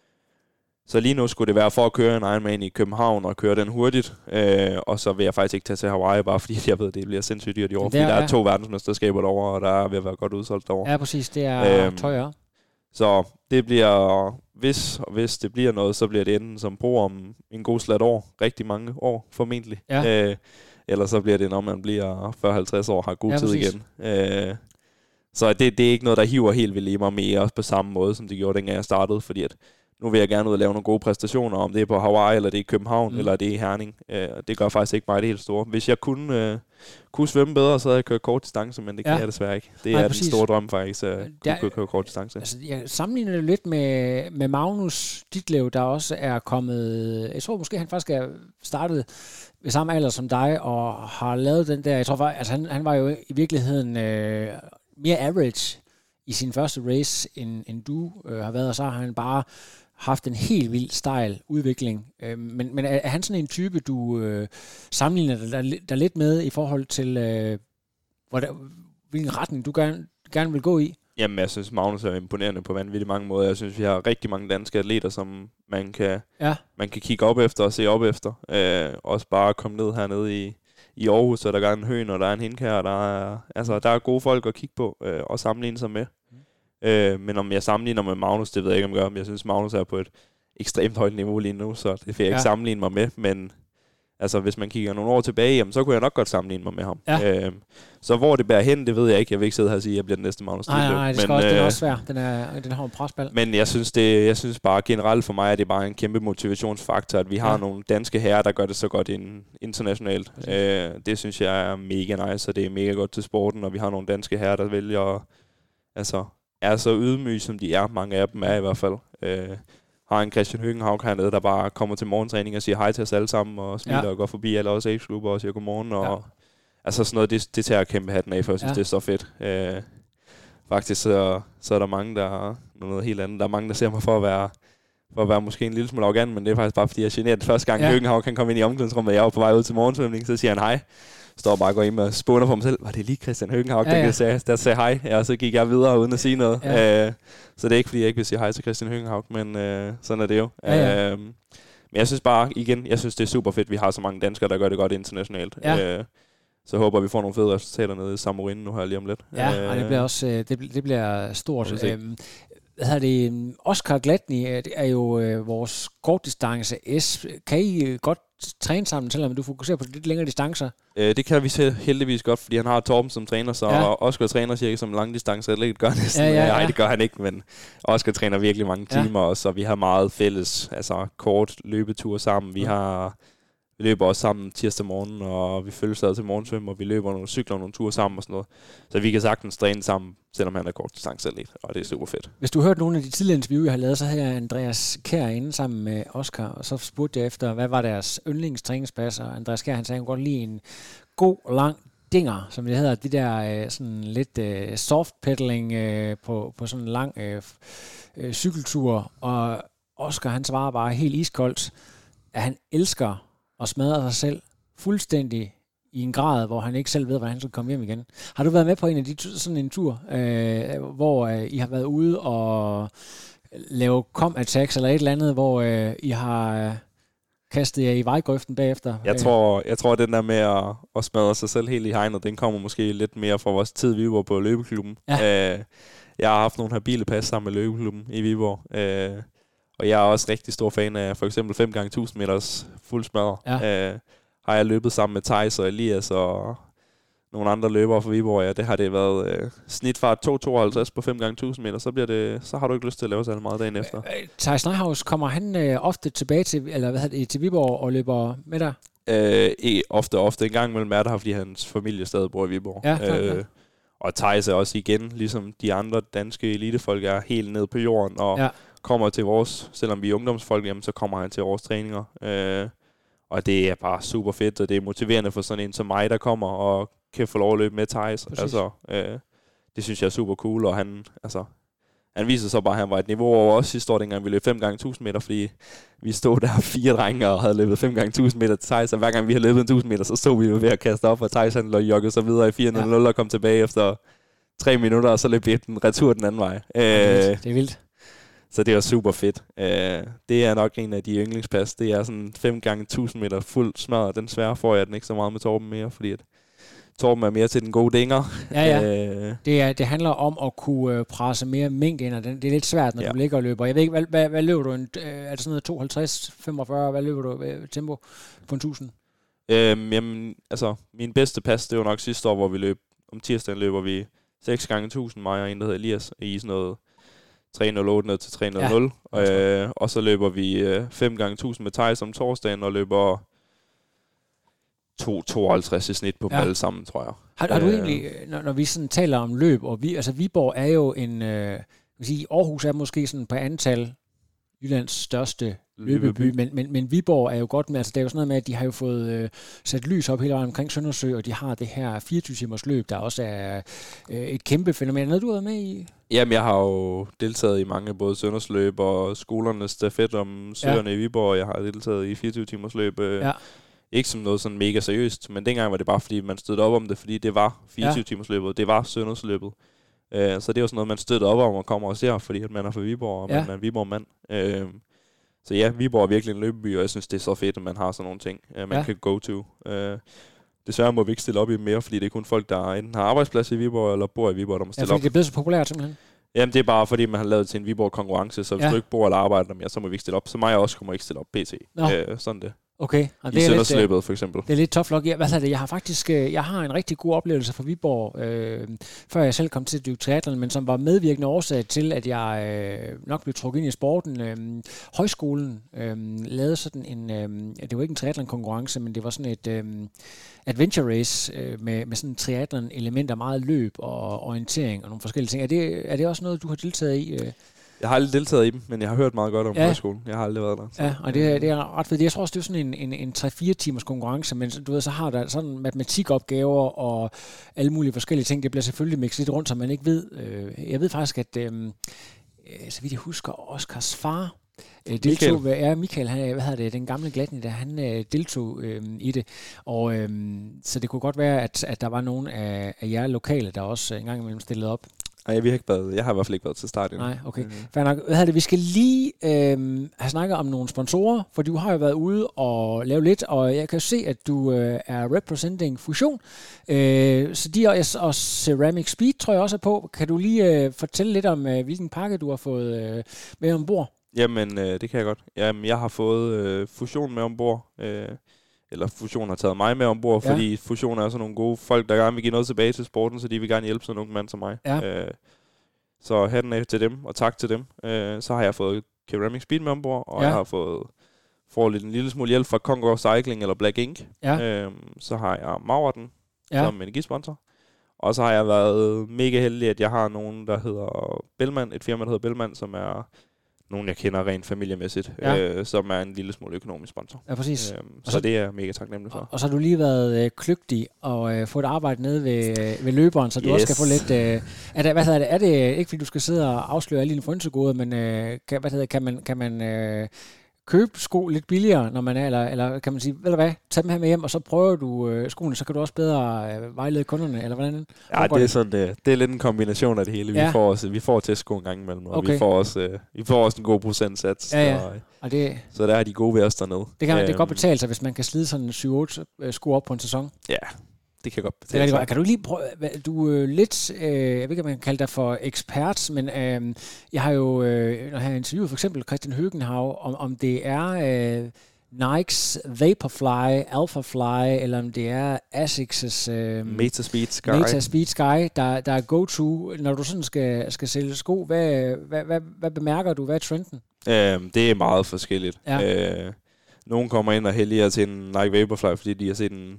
så lige nu skulle det være for at køre en Ironman i København og køre den hurtigt. Øh, og så vil jeg faktisk ikke tage til Hawaii, bare fordi jeg ved, at det bliver sindssygt dyrt i år. Der, Fordi der er ja. to verdensmesterskaber derovre, og der er ved at være godt udsolgt derovre. Ja, præcis. Det er Øhm, tøjer. Så det bliver, hvis, hvis det bliver noget, så bliver det enten som pro om en god slat år. Rigtig mange år, formentlig. Ja. Øh, eller så bliver det, når man bliver fyrre til halvtreds år, har god Ja, tid præcis. igen. Øh, så det, det er ikke noget, der hiver helt vildt i mig mere, også på samme måde, som det gjorde, dengang jeg startede. Fordi at nu vil jeg gerne ud og lave nogle gode præstationer, om det er på Hawaii, eller det er i København, Mm. mm. eller det er i Herning. Øh, det gør faktisk ikke mig det helt store. Hvis jeg kunne, øh, kunne svømme bedre, så havde jeg kørt kort distance, men det kan Ja. jeg desværre ikke. Det Nej, er præcis. den store drøm faktisk, at Der- kunne køre kort distance. Altså, jeg sammenligner det lidt med, med Magnus Ditlev, der også er kommet... Jeg tror måske, han faktisk er startet ved samme alder som dig, og har lavet den der... Jeg tror faktisk, altså, han, han var jo i virkeligheden øh, mere average i sin første race, end, end du øh, har været, og så har han bare haft en helt vild stejl udvikling. Øh, men, men er, er han sådan en type, du øh, sammenligner dig der, der lidt med i forhold til, øh, hvordan, hvilken retning du gerne, gerne vil gå i? Jamen, jeg synes, Magnus er imponerende på vanvittigt mange måder. Jeg synes, vi har rigtig mange danske atleter, som man kan, Ja. man kan kigge op efter og se op efter. Øh, også bare komme ned hernede i, i Aarhus, så der er en Høen, og der er en Hinkær, og der er, altså, der er gode folk at kigge på øh, og sammenligne sig med. Mm. Øh, men om jeg sammenligner med Magnus, det ved jeg ikke, om jeg gør. Men jeg synes, Magnus er på et ekstremt højt niveau lige nu, så det vil jeg Ja. ikke sammenligne mig med. Men altså, hvis man kigger nogle år tilbage, jamen, så kunne jeg nok godt sammenligne mig med ham. Ja. Øh, så hvor det bærer hen, det ved jeg ikke. Jeg vil ikke sidde her og sige, at jeg bliver den næste Magnus Nej, nej, Ditlev. nej, det skal Men, også, den er øh, også svær. Den, er, den har en presbald. Men jeg synes, det, jeg synes bare generelt for mig, at det er bare en kæmpe motivationsfaktor, at vi har Ja. ja. nogle danske herrer, der gør det så godt in, internationalt. Præcis. Øh, det synes jeg er mega nice, og det er mega godt til sporten, og vi har nogle danske herrer, der vælger at, altså, er så ydmyge, som de er. Mange af dem er i hvert fald. Øh, har en Christian Høgenhavn hernede, der bare kommer til morgentræning og siger hej til os alle sammen, og smiler Ja. og går forbi alle os age-grupper og siger godmorgen. Og, Ja. altså sådan noget, det, det tager jeg kæmpe hatten af, for jeg synes, Ja. det er så fedt. Øh, faktisk så, så er der mange, der noget helt andet. Der er mange, der ser mig for at være, for at være måske en lille smule arrogant, men det er faktisk bare, fordi jeg er generet. Første gang Ja. ja. Høgenhavn kan komme ind i omklædningsrummet, og jeg var på vej ud til morgensvømning, så siger han hej. Står bare og går ind og spåner for mig selv. Var det lige Christian Høgenhavn, Ja, ja, ja. ja. der, sagde, der sagde hej? Ja, og så gik jeg videre uden at sige noget. Ja. Ja. Øh, så det er ikke, fordi jeg ikke vil sige hej til Christian Høgenhavn, men øh, sådan er det jo. Ja, ja. Øh, men jeg synes bare, igen, jeg synes, det er super fedt, vi har så mange danskere, der gør det godt internationalt. Ja. Øh, så håber vi får nogle fede resultater nede i Samorin nu her lige om lidt. Ja, Øh, og det bliver også øh, det, bl- det bliver stort. Må vi se. Øhm, hvad hedder det? Oscar Gladney øh, det er jo øh, vores kortdistance S. Kan I øh, godt træne sammen, selvom du fokuserer på lidt længere distancer? Øh, det kan vi se heldigvis godt, fordi han har Torben som træner, så Ja. ja. Oscar træner cirka som langdistanceatlet gør næsten. Ja, ja, ja. Nej, det gør han ikke, men Oscar træner virkelig mange Ja. timer, og så vi har meget fælles, altså kort løbeture sammen. Vi Ja. har vi løber også sammen tirsdag morgen, og vi følges ad til morgensvøm, og vi løber nogle cykler, nogle ture sammen og sådan noget. Så vi kan sagtens træne sammen, selvom han er kort distanceatlet, og det er super fedt. Hvis du har hørt nogle af de tidligere interview, jeg har lavet, så havde jeg Andreas Kjær inde sammen med Oscar, og så spurgte jeg efter, hvad var deres yndlingstræningspas, og Andreas Kjær, han sagde, han kunne godt lide en god, lang dinger, som det hedder, de der øh, sådan lidt øh, soft pedaling øh, på, på sådan en lang øh, øh, cykeltur, og Oscar, han svarer bare helt iskoldt, at han elsker at smadre sig selv fuldstændig i en grad, hvor han ikke selv ved, hvordan han skal komme hjem igen. Har du været med på en af de sådan en tur, øh, hvor øh, I har været ude og lave com-attacks eller et eller andet, hvor øh, I har øh, kastet jer i vejgrøften bagefter? Jeg tror, jeg tror, at den der med at, at smadre sig selv helt i hegnet, den kommer måske lidt mere fra vores tid, vi var på løbeklubben. Ja. Øh, jeg har haft nogle habile pas sammen med løbeklubben i Viborg. Øh, og jeg er også rigtig stor fan af for eksempel fem gange tusind meters fuld smadre. Ja. Øh, har jeg løbet sammen med Thijs og Elias og nogle andre løbere fra Viborg, ja, det har det været øh, snitfart to komma tooghalvtreds på fem gange tusind meter, så, bliver det, så har du ikke lyst til at lave så meget dagen efter. Theis Neuhaus, kommer han øh, ofte tilbage til, eller hvad hedder det, til Viborg og løber med dig? Øh, ofte, ofte. En gang imellem er der, fordi hans familie stadig bor i Viborg. Ja, klar, øh, øh, og Theis er også igen, ligesom de andre danske elitefolk, er helt ned på jorden, og ja. kommer til vores, selvom vi er ungdomsfolk, jamen, så kommer han til vores træninger. Øh, og det er bare super fedt, og det er motiverende for sådan en som mig, der kommer og kan få lov at løbe med Theis. Altså, øh, det synes jeg er super cool, og han, altså, han viser så bare, at han var et niveau over os sidste år, dengang vi løb fem gange tusind meter, fordi vi stod der fire drenge og havde løbet fem gange tusind meter til Theis, og hver gang vi havde løbet tusind meter, så stod vi jo ved at kaste op, og Theis han joggede så videre i fire nul nul ja. og kom tilbage efter tre minutter, og så løb vi den retur den anden vej. Det er vildt. Det er vildt. Så det var super fedt. Uh, det er nok en af de yndlingspas. Det er sådan fem gange tusind meter fuld smadret. Den svære får jeg den ikke så meget med Torben mere, fordi at Torben er mere til den gode dinger. Ja, ja. Uh, det, er, det handler om at kunne uh, presse mere mængde ind, og det er lidt svært, når ja. du ligger og løber. Jeg ved ikke, hvad, hvad, hvad løber du? En, uh, er det sådan noget tooghalvtreds, femogfyrre? Hvad løber du uh, tempo på en tusind? Um, jamen, altså, min bedste pas, det var nok sidste år, hvor vi løb. Om tirsdagen løber vi seks gange tusind, mig og en, der hedder Elias, i sådan noget tre nul otte ned til tre nul nul. Ja. Øh, og så løber vi øh, fem gange tusind med Theis om torsdagen, og løber to komma tooghalvtreds i snit på ja. alle sammen, tror jeg. Har, har du øh, egentlig, når, når vi sådan taler om løb, og vi, altså Viborg er jo en, øh, vil sige, Aarhus er måske sådan på antal Jyllands største løbeby, men, men, men Viborg er jo godt med, altså det er jo sådan noget med, at de har jo fået øh, sat lys op hele vejen omkring Søndersø, og de har det her fireogtyve timers løb, der også er øh, et kæmpe fænomen. Er noget, du har været med i? Jamen, jeg har jo deltaget i mange, både Søndersløb og skolernes stafet om søerne ja. i Viborg. Jeg har deltaget i fireogtyve timers løb. Øh, ja. Ikke som noget sådan mega seriøst, men dengang var det bare, fordi man stødte op om det, fordi det var fireogtyve timers løbet, det var Søndersløbet. Uh, så det er jo sådan noget, man støtter op om og kommer og ser, fordi at man er fra Viborg, og ja. man er en Viborg-mand. Uh, så ja, Viborg er virkelig en løbeby, og jeg synes, det er så fedt, at man har sådan nogle ting, uh, man ja. kan go to. Uh, desværre må vi ikke stille op i mere, fordi det er kun folk, der enten har arbejdsplads i Viborg, eller bor i Viborg, der må stille op. Ja, fordi det er blevet så populært simpelthen. Jamen, det er bare, fordi man har lavet til en Viborg-konkurrence, så hvis ja. du ikke bor eller arbejder mere, så må vi ikke stille op. Så mig også kommer ikke stille op, P T. Uh, sådan det. Okay. Og det I Søndersløbet, for eksempel. Det er lidt tough luck. Jeg, hvad det? Jeg har faktisk jeg har en rigtig god oplevelse fra Viborg, øh, før jeg selv kom til at dykke triathlon, men som var medvirkende årsag til, at jeg øh, nok blev trukket ind i sporten. Øh, højskolen øh, lavede sådan en, øh, det var ikke en triathlon-konkurrence, men det var sådan et øh, adventure race øh, med, med sådan en triathlon-elementer, meget løb og orientering og nogle forskellige ting. Er det, er det også noget, du har deltaget i? Øh? Jeg har aldrig deltaget i dem, men jeg har hørt meget godt om ja. højskolen. Jeg har aldrig været der. Så. Ja, og det, det er ret fedt. Jeg tror også, det er sådan en, en, en tre-fire timers konkurrence, men du ved, så har der sådan matematikopgaver og alle mulige forskellige ting. Det bliver selvfølgelig mixet lidt rundt, så man ikke ved. Jeg ved faktisk, at øh, så vidt jeg husker, Oscars far øh, deltog. Michael. Ja, Michael, han, hvad hedder det, den gamle glatni, der han øh, deltog øh, i det. Og øh, så det kunne godt være, at, at der var nogen af, af jer lokale, der også en gang imellem stillede op. Nej, vi har ikke været, jeg har i hvert fald ikke været til start endnu. Nej, okay. Mm-hmm. Fair nok. Hvad det? Vi skal lige øh, have snakket om nogle sponsorer, for du har jo været ude og lave lidt, og jeg kan se, at du øh, er representing Fusion. Øh, så de og, og Ceramic Speed tror jeg også er på. Kan du lige øh, fortælle lidt om, øh, hvilken pakke du har fået øh, med ombord? Jamen, øh, det kan jeg godt. Jamen, jeg har fået øh, Fusion med ombord. Øh, eller Fusion har taget mig med ombord, ja. fordi Fusion er sådan nogle gode folk, der gerne vil give noget tilbage til sporten, så de vil gerne hjælpe sådan nogle mand som mig. Ja. Øh, så hatten af til dem, og tak til dem. Øh, så har jeg fået Ceramic Speed med ombord, og ja. jeg har fået får lidt en lille smule hjælp fra Conquer Cycling eller Black Ink. Ja. Øh, så har jeg Maurten ja. som energisponsor. Og så har jeg været mega heldig, at jeg har nogen, der hedder Bellman, et firma, der hedder Bellman, som er nogen, jeg kender rent familiemæssigt, ja. øh, som er en lille smule økonomisk sponsor. Ja, præcis. Øhm, så, så det er jeg mega taknemmelig for. Og, og så har du lige været øh, kløgtig og øh, fået arbejde nede ved, øh, ved løberen, så du yes. også skal få lidt... Øh, er, det, hvad hedder det, er det ikke, fordi du skal sidde og afsløre alle dine frynsegoder, men øh, kan, hvad hedder, kan man... Kan man øh, købe sko lidt billigere, når man er, eller, eller kan man sige, ved du hvad, tag dem her med hjem, og så prøver du øh, skoene, så kan du også bedre øh, vejlede kunderne, eller hvordan? Ja, det er sådan, det, det er lidt en kombination af det hele. Ja. Vi får også, vi får testsko en gang imellem, og okay. vi får også, øh, vi får også en god procentsats. Ja, ja. Og, og det, så der er de gode ved os dernede. Det kan, æm, det kan godt betale sig, hvis man kan slide sådan syv otte sko op på en sæson. Ja, det kan godt betale sig. Kan du lige prøve, du er lidt, øh, jeg ved ikke, om man kan kalde dig for ekspert, men øh, jeg har jo, øh, når jeg har interviewet for eksempel Christian Høgenhav, om, om det er øh, Nikes Vaporfly, Alphafly, eller om det er Asics' øh, Metaspeed Sky. Metaspeed Sky, der, der er go-to, når du sådan skal, skal sælge sko. Hvad, hvad, hvad, hvad bemærker du? Hvad er trenden? Øhm, det er meget forskelligt. Ja. Øh, nogen kommer ind og heldiger til en Nike Vaporfly, fordi de har set en,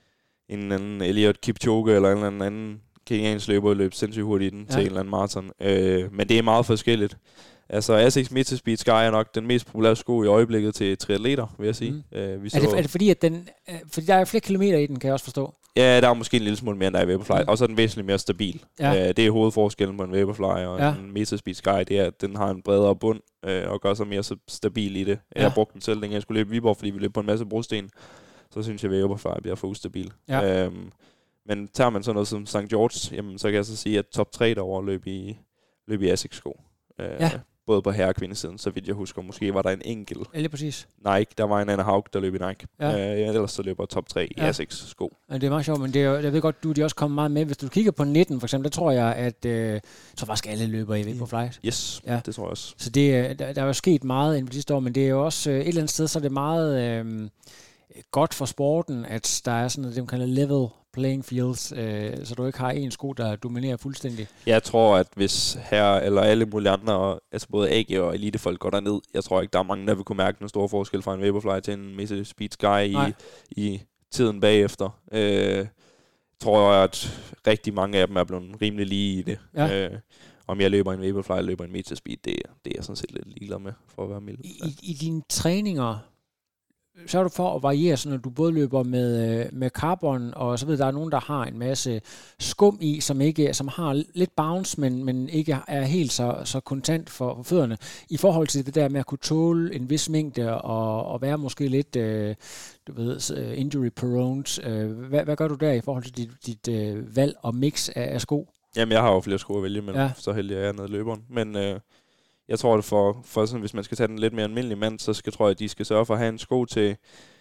en anden Eliud Kipchoge eller en eller anden kenyansk løber løb sindssygt hurtigt i den ja. til en eller anden maraton. Øh, men det er meget forskelligt. Altså Asics Metaspeed Sky er nok den mest populære sko i øjeblikket til triatleter, vil jeg sige. Mm. Øh, vi så... er, det, er det fordi, at den, fordi der er flere kilometer i den, kan jeg også forstå? Ja, der er måske en lille smule mere, end der er i Vaporfly. Mm. Og så er den væsentligt mere stabil. Ja. Øh, det er hovedforskellen på en Vaporfly og ja. en Metaspeed Sky. Det er, at den har en bredere bund øh, og gør sig mere stabil i det. Ja. Jeg har brugt den selv, dengang jeg skulle løbe i Viborg, fordi vi løb på en masse brosten. Så synes jeg, at Vaporfly bliver for ustabil. Ja. Øhm, men tager man sådan noget som Sankt George, jamen, så kan jeg så sige, at top tre derovre løb i, løb i Asics sko. Øh, ja. Både på herre- og kvindesiden, så vidt jeg husker. Måske var der en enkelt. Ja, lige præcis. Nike, der var en anden Haug, der løb i Nike. Ja. Øh, ellers så løber top tre ja. i Asics sko. Ja, det er meget sjovt, men det er, jeg ved godt, du er de også kommet meget med. Hvis du kigger på nitten for eksempel, der tror jeg, at øh, jeg tror faktisk alle løber i Vaporfly. Yes, ja. det tror jeg også. Så det, der, der er jo sket meget inden på de sidste år, men det er jo også øh, et eller andet sted, så er det meget øh, godt for sporten, at der er sådan noget, det man kalder level playing fields, øh, så du ikke har en sko, der dominerer fuldstændig. Jeg tror, at hvis her eller alle mulige andre, altså både A G og elitefolk går derned, jeg tror ikke, der er mange, der vil kunne mærke den store forskel fra en Vaporfly til en Metaspeed Sky i, i tiden bagefter. Øh, jeg tror, at rigtig mange af dem er blevet rimelig lige i det. Ja. Øh, om jeg løber en Vaporfly eller løber en Metaspeed, det, det er jeg sådan set lidt ligeglad med, for at være mild. I, i dine træninger, så er du for at variere, så når du både løber med, med carbon, og så ved der er nogen, der har en masse skum i, som ikke, som har lidt bounce, men, men ikke er helt så, så kontant for, for fødderne. I forhold til det der med at kunne tåle en vis mængde, og, og være måske lidt, øh, du ved, injury prone. Øh, hvad, hvad gør du der i forhold til dit, dit øh, valg og mix af, af sko? Jamen, jeg har jo flere sko at vælge, men ja. så heldig er jeg nede i løberen. Men øh, jeg tror, at for, for sådan, hvis man skal tage den lidt mere almindelige mand, så skal, tror jeg, at de skal sørge for at have en sko til...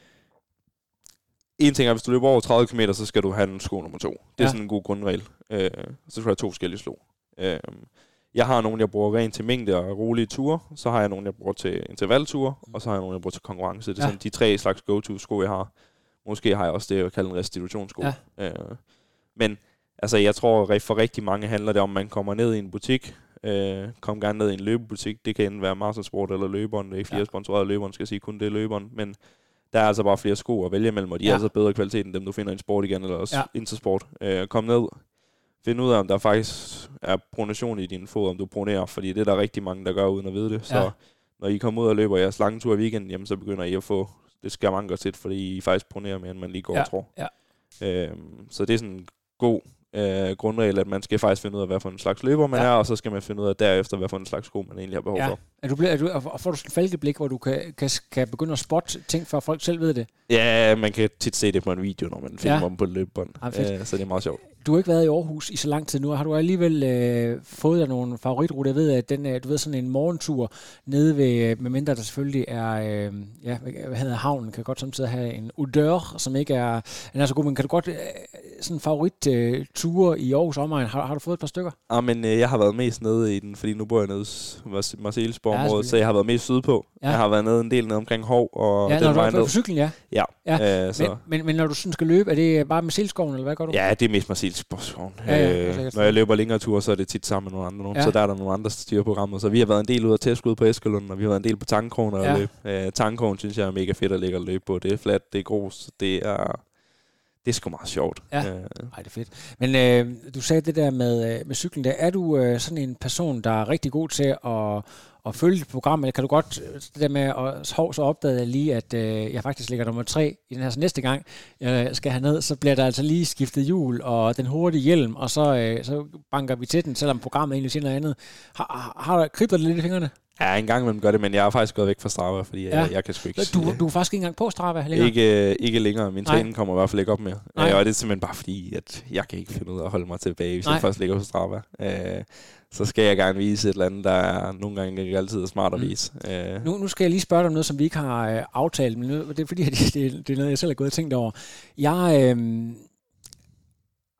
En ting er, hvis du løber over tredive kilometer, så skal du have en sko nummer to. Det er ja. sådan en god grundregel. Øh, så skal du have to forskellige sko. Øh, jeg har nogle, jeg bruger rent til mængde og rolige ture. Så har jeg nogle, jeg bruger til intervalture. Og så har jeg nogle, jeg bruger til konkurrence. Det er ja. sådan de tre slags go-to-sko, jeg har. Måske har jeg også det, jeg kalder en restitutionssko. Ja. Øh, men altså, jeg tror, for rigtig mange handler det om, at man kommer ned i en butik. Øh, kom gerne ned i en løbebutik. Det kan enten være Mastersport eller løberen. Det er ikke flere ja. sponsorerede løberen, skal sige kun det er løberen. Men der er altså bare flere sko at vælge imellem, og de ja. er altså bedre kvalitet end dem, du finder i en sport igen, eller også ja. Intersport. Øh, kom ned, find ud af, om der faktisk er pronation i din fod, om du pronerer, fordi det er der rigtig mange, der gør, uden at vide det. Så ja. når I kommer ud og løber jeres lange tur i weekenden, jamen, så begynder I at få det skavanker til, fordi I faktisk pronerer mere, end man lige går ja. og tror. Ja. Øh, så det er sådan en god øh, grundregel, at man skal faktisk finde ud af, hvad for en slags løber man ja. er, og så skal man finde ud af derefter, hvad for en slags sko man egentlig har behov ja. for. Er du, er du, er, får du sådan et falkeblik, hvor du kan, kan, kan begynde at spotte ting, før folk selv ved det? Ja, man kan tit se det på en video, når man filmer ja. dem på et løbebånd. Ja, øh, så det er meget sjovt. Du har ikke været i Aarhus i så lang tid nu. Har du alligevel øh, fået dig nogle favoritrute? Jeg ved, at den er, du ved, sådan en morgentur nede ved, med mindre der selvfølgelig er, øh, ja, hvad hedder havnen, kan godt samtidig have en odør, som ikke er, den er så god, men kan du godt, øh, sådan en favoritture øh, i Aarhus omegn, har, har du fået et par stykker? Ja, men øh, jeg har været mest nede i den, fordi nu bor jeg nede i Marselisborg-området, ja, så jeg har været mest sydpå. Ja. Jeg har været nede en del nede omkring Hov, og ja, den når du vej er på cyklen, ja. Ja. ja. Øh, så. Men, men, men når du sådan skal løbe, er det bare med Silskoven, eller hvad gør du? Ja, det er mest Marselisborg-skoven. Ja, ja, øh, når jeg løber længere ture, så er det tit sammen med nogle andre, nogen, ja. så der er der nogle andre styreprogrammer. Så vi har været en del ude af tæskud på Eskelund, og vi har været en del på Tangkrogen og ja. løbe. Øh, Tangkrogen synes jeg er mega fedt at ligge og løbe på. Det er fladt, det er grus, det er... Det er sgu meget sjovt. Ja, øh. Ej, det er fedt. Men øh, du sagde det der med, med cyklen der. Er du øh, sådan en person, der er rigtig god til at, at følge dit program? Eller kan du godt, det der med at hov, så opdagede jeg lige, at øh, jeg faktisk ligger nummer tre i den her, så næste gang jeg skal herned, så bliver der altså lige skiftet hjul og den hurtige hjelm, og så, øh, så banker vi til den, selvom programmet egentlig siger noget andet. Har, har der kriblet lidt i fingrene? Ja, en gang imellem gør det, men jeg er faktisk gået væk fra Strava, fordi ja. jeg, jeg kan sgu ikke... Du, du er faktisk ikke engang på Strava længere? Ikke, ikke længere. Min træning kommer i hvert fald ikke op mere. Øh, og det er simpelthen bare fordi, at jeg kan ikke finde ud af at holde mig tilbage, hvis Nej. jeg først ligger på Strava. Øh, så skal jeg gerne vise et eller andet, der er nogle gange ikke altid er smart at vise. Mm. Øh. Nu, nu skal jeg lige spørge dig om noget, som vi ikke har øh, aftalt, men nu, det er fordi, at det, det er noget, jeg selv har gået og tænkt over. Jeg... Øh,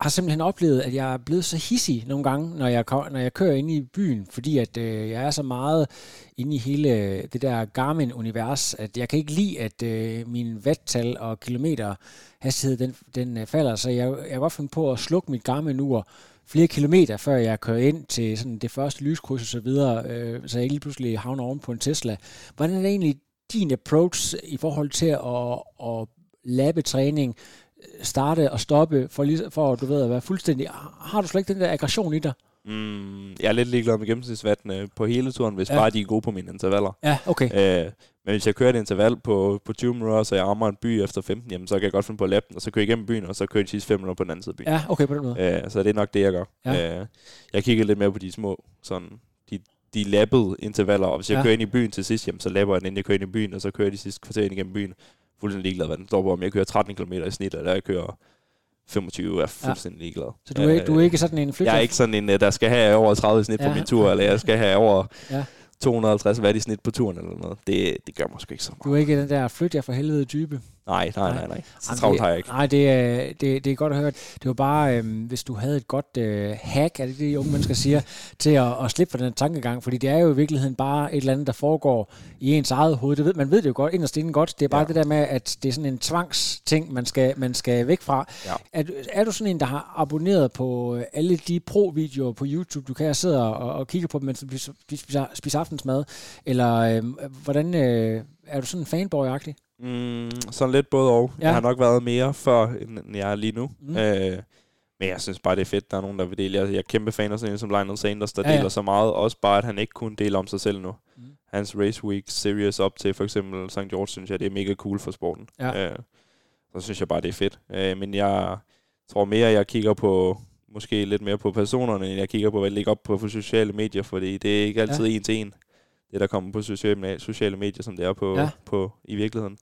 har simpelthen oplevet, at jeg er blevet så hissig nogle gange, når jeg, når jeg kører ind i byen, fordi at øh, jeg er så meget inde i hele det der Garmin-univers, at jeg kan ikke lide, at øh, min watttal og kilometer hastighed, den, den falder, så jeg, jeg kan godt finde på at slukke mit Garmin-ur flere kilometer, før jeg kører ind til sådan det første lyskryds og så videre, øh, så jeg ikke lige pludselig havner oven på en Tesla. Hvordan er det egentlig din approach i forhold til at, at labbe træning, starte og stoppe, for, lige, for du ved, at være fuldstændig... Har du slet ikke den der aggression i dig? Mm, jeg er lidt ligeglad med gennemsnitsvattene på hele turen, hvis ja. bare de er gode på mine intervaller. Ja, okay. Øh, men hvis jeg kører et interval på, på tyve minutter, så jeg rammer en by efter femten, jamen, så kan jeg godt finde på at lappe den, og så kører jeg igennem byen, og så kører jeg de sidste fem minutter på den anden side af byen. Ja, okay, på den måde. Øh, så det er nok det, jeg gør. Ja. Øh, jeg kigger lidt mere på de små, sådan, de, de lappede intervaller, og hvis jeg ja. kører ind i byen til sidst, jamen, så lapper jeg den, inden jeg kører ind i byen, og så kører jeg de sidste kvarter ind igennem byen. Fuldstændig ligeglad, hvad den står på, om jeg kører tretten kilometer i snit, eller jeg kører femogtyve, er fuldstændig ja. ligeglad. Så du er, øh, du er ikke sådan en flytter? Jeg er ikke sådan en, der skal have over tredive i snit ja. på min tur, eller jeg skal have over ja. to hundrede og halvtreds watt i snit på turen, eller noget. Det, det gør måske ikke så meget. Du er ikke den der flyt jer for helvede type? Nej, nej, nej, nej. Så travlt har jeg ikke. Nej, det er, det, det er godt at høre. Det var bare, øhm, hvis du havde et godt øh, hack, er det det, unge mennesker siger, til at, at slippe for den tankegang, fordi det er jo i virkeligheden bare et eller andet, der foregår i ens eget hoved. Det ved, man ved det jo godt, inderst inden godt. Det er bare ja. det der med, at det er sådan en tvangsting, man skal, man skal væk fra. Ja. Er, er du sådan en, der har abonneret på alle de pro-videoer på YouTube, du kan sidde og, og kigge på dem, mens du spiser, spiser aftensmad? Eller øh, hvordan øh, er du sådan en fanboy-agtig? Mm, sådan lidt både og. Ja. Jeg har nok været mere før, end jeg er lige nu. Mm. Øh, men jeg synes bare, det er fedt, der er nogen, der vil dele. Jeg, jeg er kæmpe fan af sådan en som Lionel Sanders, der ja, ja. deler så meget. Også bare, at han ikke kun deler om sig selv nu. Mm. Hans Race Week Series op til for eksempel Sankt George, synes jeg, det er mega cool for sporten. Ja. Øh, så synes jeg bare, det er fedt. Øh, men jeg tror mere, jeg kigger på, måske lidt mere på personerne, end jeg kigger på, hvad der ligger op på, på sociale medier, fordi det er ikke altid ja. en til en. Det, der kommer på sociale, sociale medier, som det er på, ja. på i virkeligheden.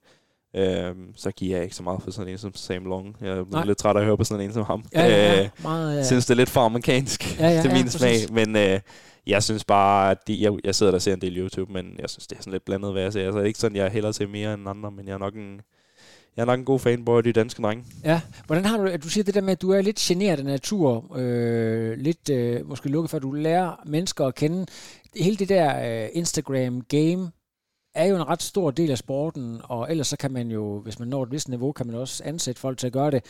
Øhm, så giver jeg ikke så meget for sådan en som Sam Long. Jeg er blevet lidt træt af at høre på sådan en som ham. Ja, ja, ja. Øh, meget, ja. synes, det er lidt for amerikansk ja, ja, til min ja, smag. Men øh, jeg synes bare, at de, jeg, jeg sidder der og ser en del YouTube, men jeg synes, det er sådan lidt blandet, hvad jeg ser. Altså, det er ikke sådan, jeg hellere ser mere end andre, men jeg er nok en... Jeg er nok en god fanboy af de danske drenge. Ja, hvordan har du at du siger det der med, at du er lidt generet af natur, øh, lidt øh, måske lukket for, at du lærer mennesker at kende. Hele det der øh, Instagram-game er jo en ret stor del af sporten, og ellers så kan man jo, hvis man når et vist niveau, kan man også ansætte folk til at gøre det.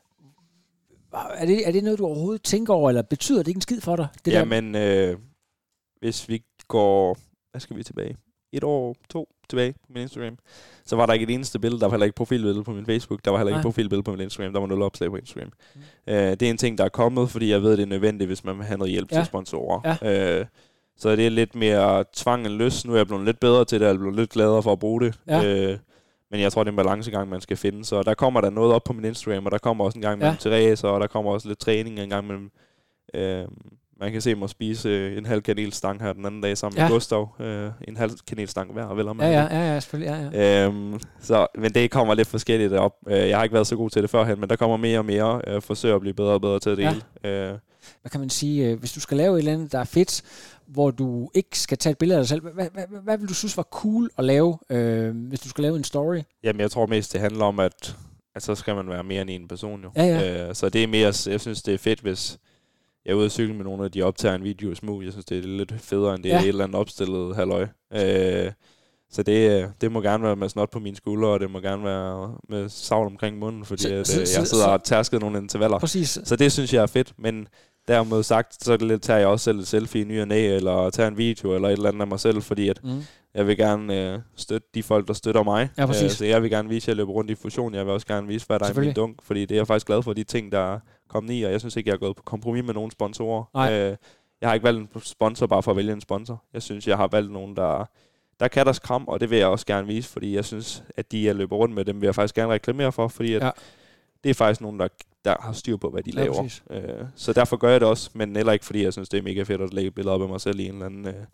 Er det, er det noget, du overhovedet tænker over, eller betyder det ikke en skid for dig? Det Jamen, øh, hvis vi går... Hvad skal vi tilbage? Et år, to tilbage på min Instagram, så var der ikke et eneste billede. Der var heller ikke profilbillede på min Facebook. Der var heller ikke profilbillede på min Instagram. Der var nul opslag på Instagram. Mm. Uh, det er en ting, der er kommet, fordi jeg ved, det er nødvendigt, hvis man vil have noget hjælp ja. til sponsorer. Ja. Uh, så det er lidt mere tvang end lyst. Nu er jeg blevet lidt bedre til det, og jeg er blevet lidt gladere for at bruge det. Ja. Uh, men jeg tror, det er en balancegang, man skal finde. Så der kommer der noget op på min Instagram, og der kommer også en gang mellem ja. Therese, og der kommer også lidt træning en gang mellem... Uh, Man kan se mig spise øh, en halv kanelstang her den anden dag sammen ja. med Gustav. Øh, en halv kanelstang hver, vel om ja, ja, ja, ja, selvfølgelig. Ja, ja. Øhm, så, men det kommer lidt forskelligt op. Øh, jeg har ikke været så god til det førhen, men der kommer mere og mere. Jeg forsøger at blive bedre og bedre til at dele. Ja. Øh. Hvad kan man sige? Hvis du skal lave et eller andet, der er fedt, hvor du ikke skal tage et billede af dig selv, hvad, hvad, hvad, hvad vil du synes var cool at lave, øh, hvis du skal lave en story? Jamen, jeg tror mest, det handler om, at, at så skal man være mere end en person. Jo. Ja, ja. Øh, så det er mere, jeg synes, det er fedt, hvis... Jeg er ude at cykle med nogle af de optager en video i smug. Jeg synes, det er lidt federe, end det ja. er et eller andet opstillet halløj. Øh, så det, det må gerne være med snot på mine skuldre, og det må gerne være med savl omkring munden, fordi så, at, så, jeg sidder så, og tærsket nogle intervaller. Præcis. Så det synes jeg er fedt, men dermed sagt, så det tager jeg også selv et selfie i ny og næ, eller tager en video, eller et eller andet af mig selv, fordi at mm. jeg vil gerne øh, støtte de folk, der støtter mig. Ja, præcis. Øh, så jeg vil gerne vise, at jeg løber rundt i fusion. Jeg vil også gerne vise, hvad der er i min dunk, fordi det er jeg faktisk glad for, de ting, der kommet i, og jeg synes ikke, jeg har gået på kompromis med nogen sponsorer. Øh, jeg har ikke valgt en sponsor bare for at vælge en sponsor. Jeg synes, jeg har valgt nogen, der, der kan deres kram, og det vil jeg også gerne vise, fordi jeg synes, at de, jeg løber rundt med, dem vil jeg faktisk gerne reklamere for, fordi at ja. det er faktisk nogen, der, der har styr på, hvad de ja, laver. Øh, så derfor gør jeg det også, men heller ikke, fordi jeg synes, det er mega fedt at lægge billeder op af mig selv i en eller anden... Øh,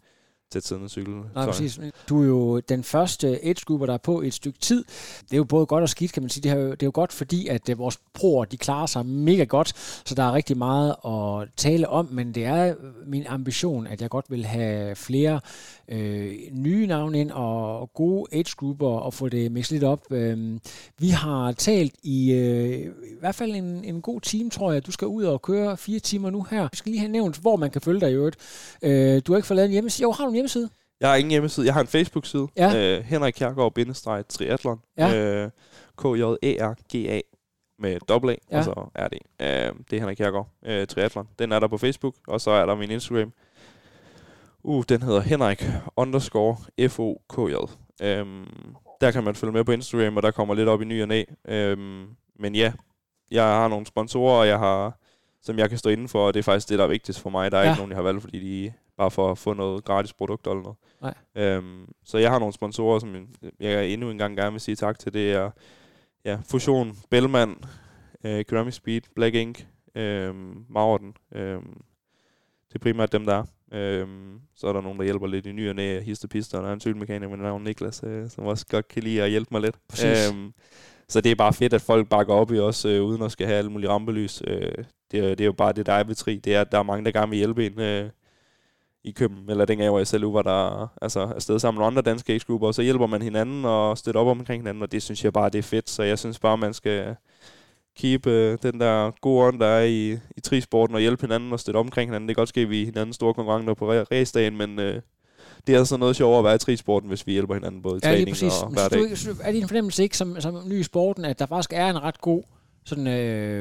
tætsiddende cykel. Nej, præcis. Du er jo den første age-grupper, der er på et stykke tid. Det er jo både godt og skidt, kan man sige. Det er jo, det er jo godt, fordi at uh, vores proer, de klarer sig mega godt, så der er rigtig meget at tale om, men det er min ambition, at jeg godt vil have flere øh, nye navne ind og gode age-grupper og få det mixet lidt op. Øh, vi har talt i øh, i hvert fald en, en god time, tror jeg. Du skal ud og køre fire timer nu her. Vi skal lige have nævnt, hvor man kan følge dig i øvrigt. Øh, du har ikke fået lavet en hjemmeside. Jo, har du en hjemmeside? Jeg har ingen hjemmeside. Jeg har en Facebook-side. Ja. Øh, Henrik Kjærgaard-triathlon. Ja. Øh, K J E R G A med dobbelt A, Ja. og så er det. Øh, det er Henrik Kjærgaard øh, Triathlon. Den er der på Facebook, og så er der min Instagram. Uh, den hedder Henrik underscore F O K J. Øhm, der kan man følge med på Instagram, og der kommer lidt op i ny og næ. Øhm, men ja, jeg har nogle sponsorer, og jeg har, som jeg kan stå inden for, og det er faktisk det, der er vigtigst for mig. Der er Ja. ikke nogen, jeg har valgt, fordi de bare for at få noget gratis produkt eller noget. Nej. Øhm, så jeg har nogle sponsorer, som jeg endnu en gang gerne vil sige tak til. Det er ja, Fusion, Bellman, øh, Ceramic Speed, Black Ink, øh, Maurten. Øh, det er primært dem, der er. Øhm, så er der nogen, der hjælper lidt i ny og næ, histe pister, og der er en cykelmekaniker med navn Niklas, øh, som også godt kan lide at hjælpe mig lidt. Øhm, så det er bare fedt, at folk bakker op i os, øh, uden at skal have alle mulige rampelys. Øh, det, er, det er jo bare det, der er ved tri. Det er, at der er mange, der gerne vil hjælpe en øh, i København, eller dengang, hvor jeg selv var der altså, afsted sammen med andre danske age-grupper, og så hjælper man hinanden og støtter op omkring hinanden, og det synes jeg bare, det er fedt. Så jeg synes bare, man skal keep øh, den der gode ånd, der er i, i trisporten, og hjælpe hinanden og støtte omkring hinanden. Det kan godt ske, at vi er hinanden store konkurrenter på racedagen, men øh, det er altså noget sjovere at være i trisporten, hvis vi hjælper hinanden både i Ja, træning lige præcis. og Men hver synes du dag. ikke, synes du- er din fornemmelse ikke som, som ny i sporten, at der faktisk er en ret god sådan, øh,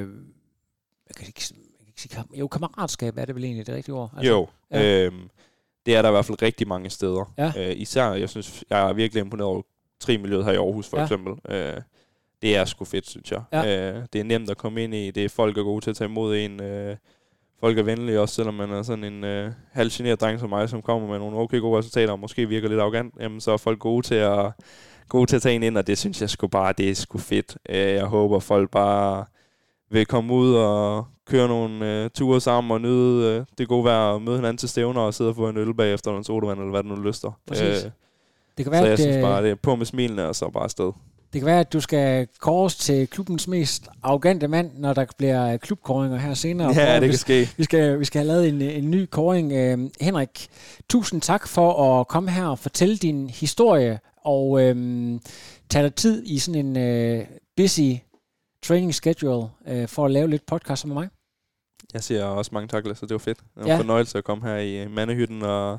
jeg kan ikke, jeg kan ikke sige, kam- jo, kammeratskab er det vel egentlig det rigtige ord? Jo, ja. øhm, det er der i hvert fald rigtig mange steder. Ja. Øh, især, jeg synes, jeg er virkelig imponeret over tri-miljøet her i Aarhus, for Ja. eksempel. Øh, det er sgu fedt, synes jeg. Ja. Øh, det er nemt at komme ind i. Det er folk er gode til at tage imod en. Øh, folk er venlige også, selvom man er sådan en øh, halvgeneret dreng som mig, som kommer med nogle okay gode resultater, og måske virker lidt arrogant, jamen, så er folk gode til at, gode til at tage en ind, og det synes jeg sgu bare, det er sgu fedt. Øh, jeg håber, folk bare vil komme ud og køre nogle øh, ture sammen og nyde øh, det gode vejr og møde hinanden til stævner og sidde og få en øl bagefter eller en sodavand, eller hvad det nu lyster. Præcis. Øh, Det kan så være, jeg at, synes øh, bare, det er på med smilene og så bare afsted. det kan være, at du skal kåres til klubbens mest arrogante mand, når der bliver klubkåringer her senere. Ja, Og det vi- kan ske. Vi skal, vi skal have lavet en, en ny kåring. Øh, Henrik, tusind tak for at komme her og fortælle din historie, og øh, tage dig tid i sådan en øh, busy training schedule øh, for at lave lidt podcast med mig. Jeg siger også mange tak, Lasse. Det var fedt. Det var Ja. en fornøjelse at komme her i mandehytten og,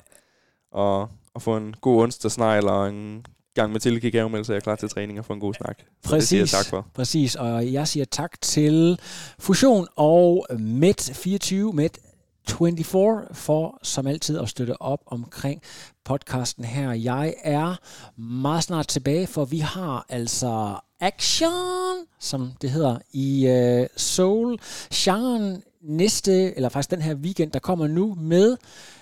og, og få en god onsdagsnegl og en gang med tilkig gavemeld, så jeg er klar til træning og få en god snak. Så det siger jeg tak for. Præcis, og jeg siger tak til Fusion og Med fireogtyve, Med fireogtyve, for som altid at støtte op omkring podcasten her. Jeg er meget snart tilbage, for vi har altså Action, som det hedder, i øh, Seoul. Genren næste, eller faktisk den her weekend, der kommer nu med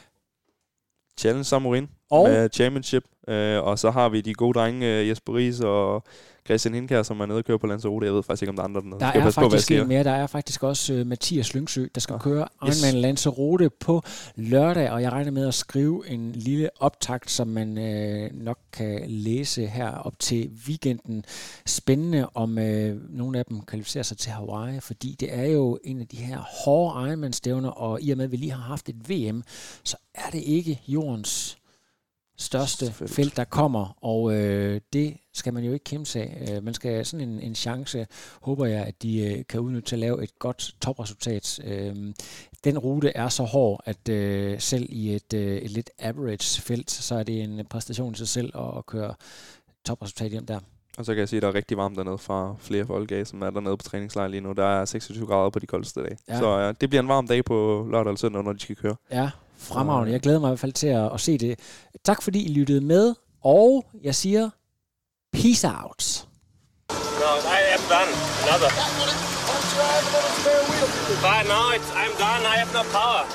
Challenge Samurin Og? med Championship. Øh, og så har vi de gode drenge, øh, Jesper Ries og Christian Hindkær, som er nede og kører på Lanzarote. Jeg ved faktisk ikke, om der er andre dernede. Der Skal jeg er passe på, hvad jeg faktisk en siger? mere. Der er faktisk også uh, Mathias Lyngsø, der skal Nå. køre Yes. Ironman Lanzarote på lørdag, og jeg regner med at skrive en lille optakt, som man uh, nok kan læse her op til weekenden. Spændende, om uh, nogle af dem kvalificerer sig til Hawaii, fordi det er jo en af de her hårde Ironman-stævner, og i og med, at vi lige har haft et V M, så er det ikke jordens største Felt. felt, der kommer, og øh, det skal man jo ikke kæmpe sig. Øh, man skal sådan en, en chance, håber jeg, at de øh, kan udnytte til at lave et godt topresultat. Øh, den rute er så hård, at øh, selv i et, øh, et lidt average felt, så er det en præstation i sig selv at, at køre topresultat hjem der. Og så kan jeg sige, at der er rigtig varmt dernede fra flere folk af, som er dernede på træningslejr lige nu. Der er seksogtyve grader på de koldeste dage. Ja. Så ja, det bliver en varm dag på lørdag eller søndag, når de skal køre. Ja, fremragende. Jeg glæder mig i hvert fald til at, at se det. Tak fordi I lyttede med, og jeg siger peace out. No, I am done. Another. But no, it's, I'm done. I have no power.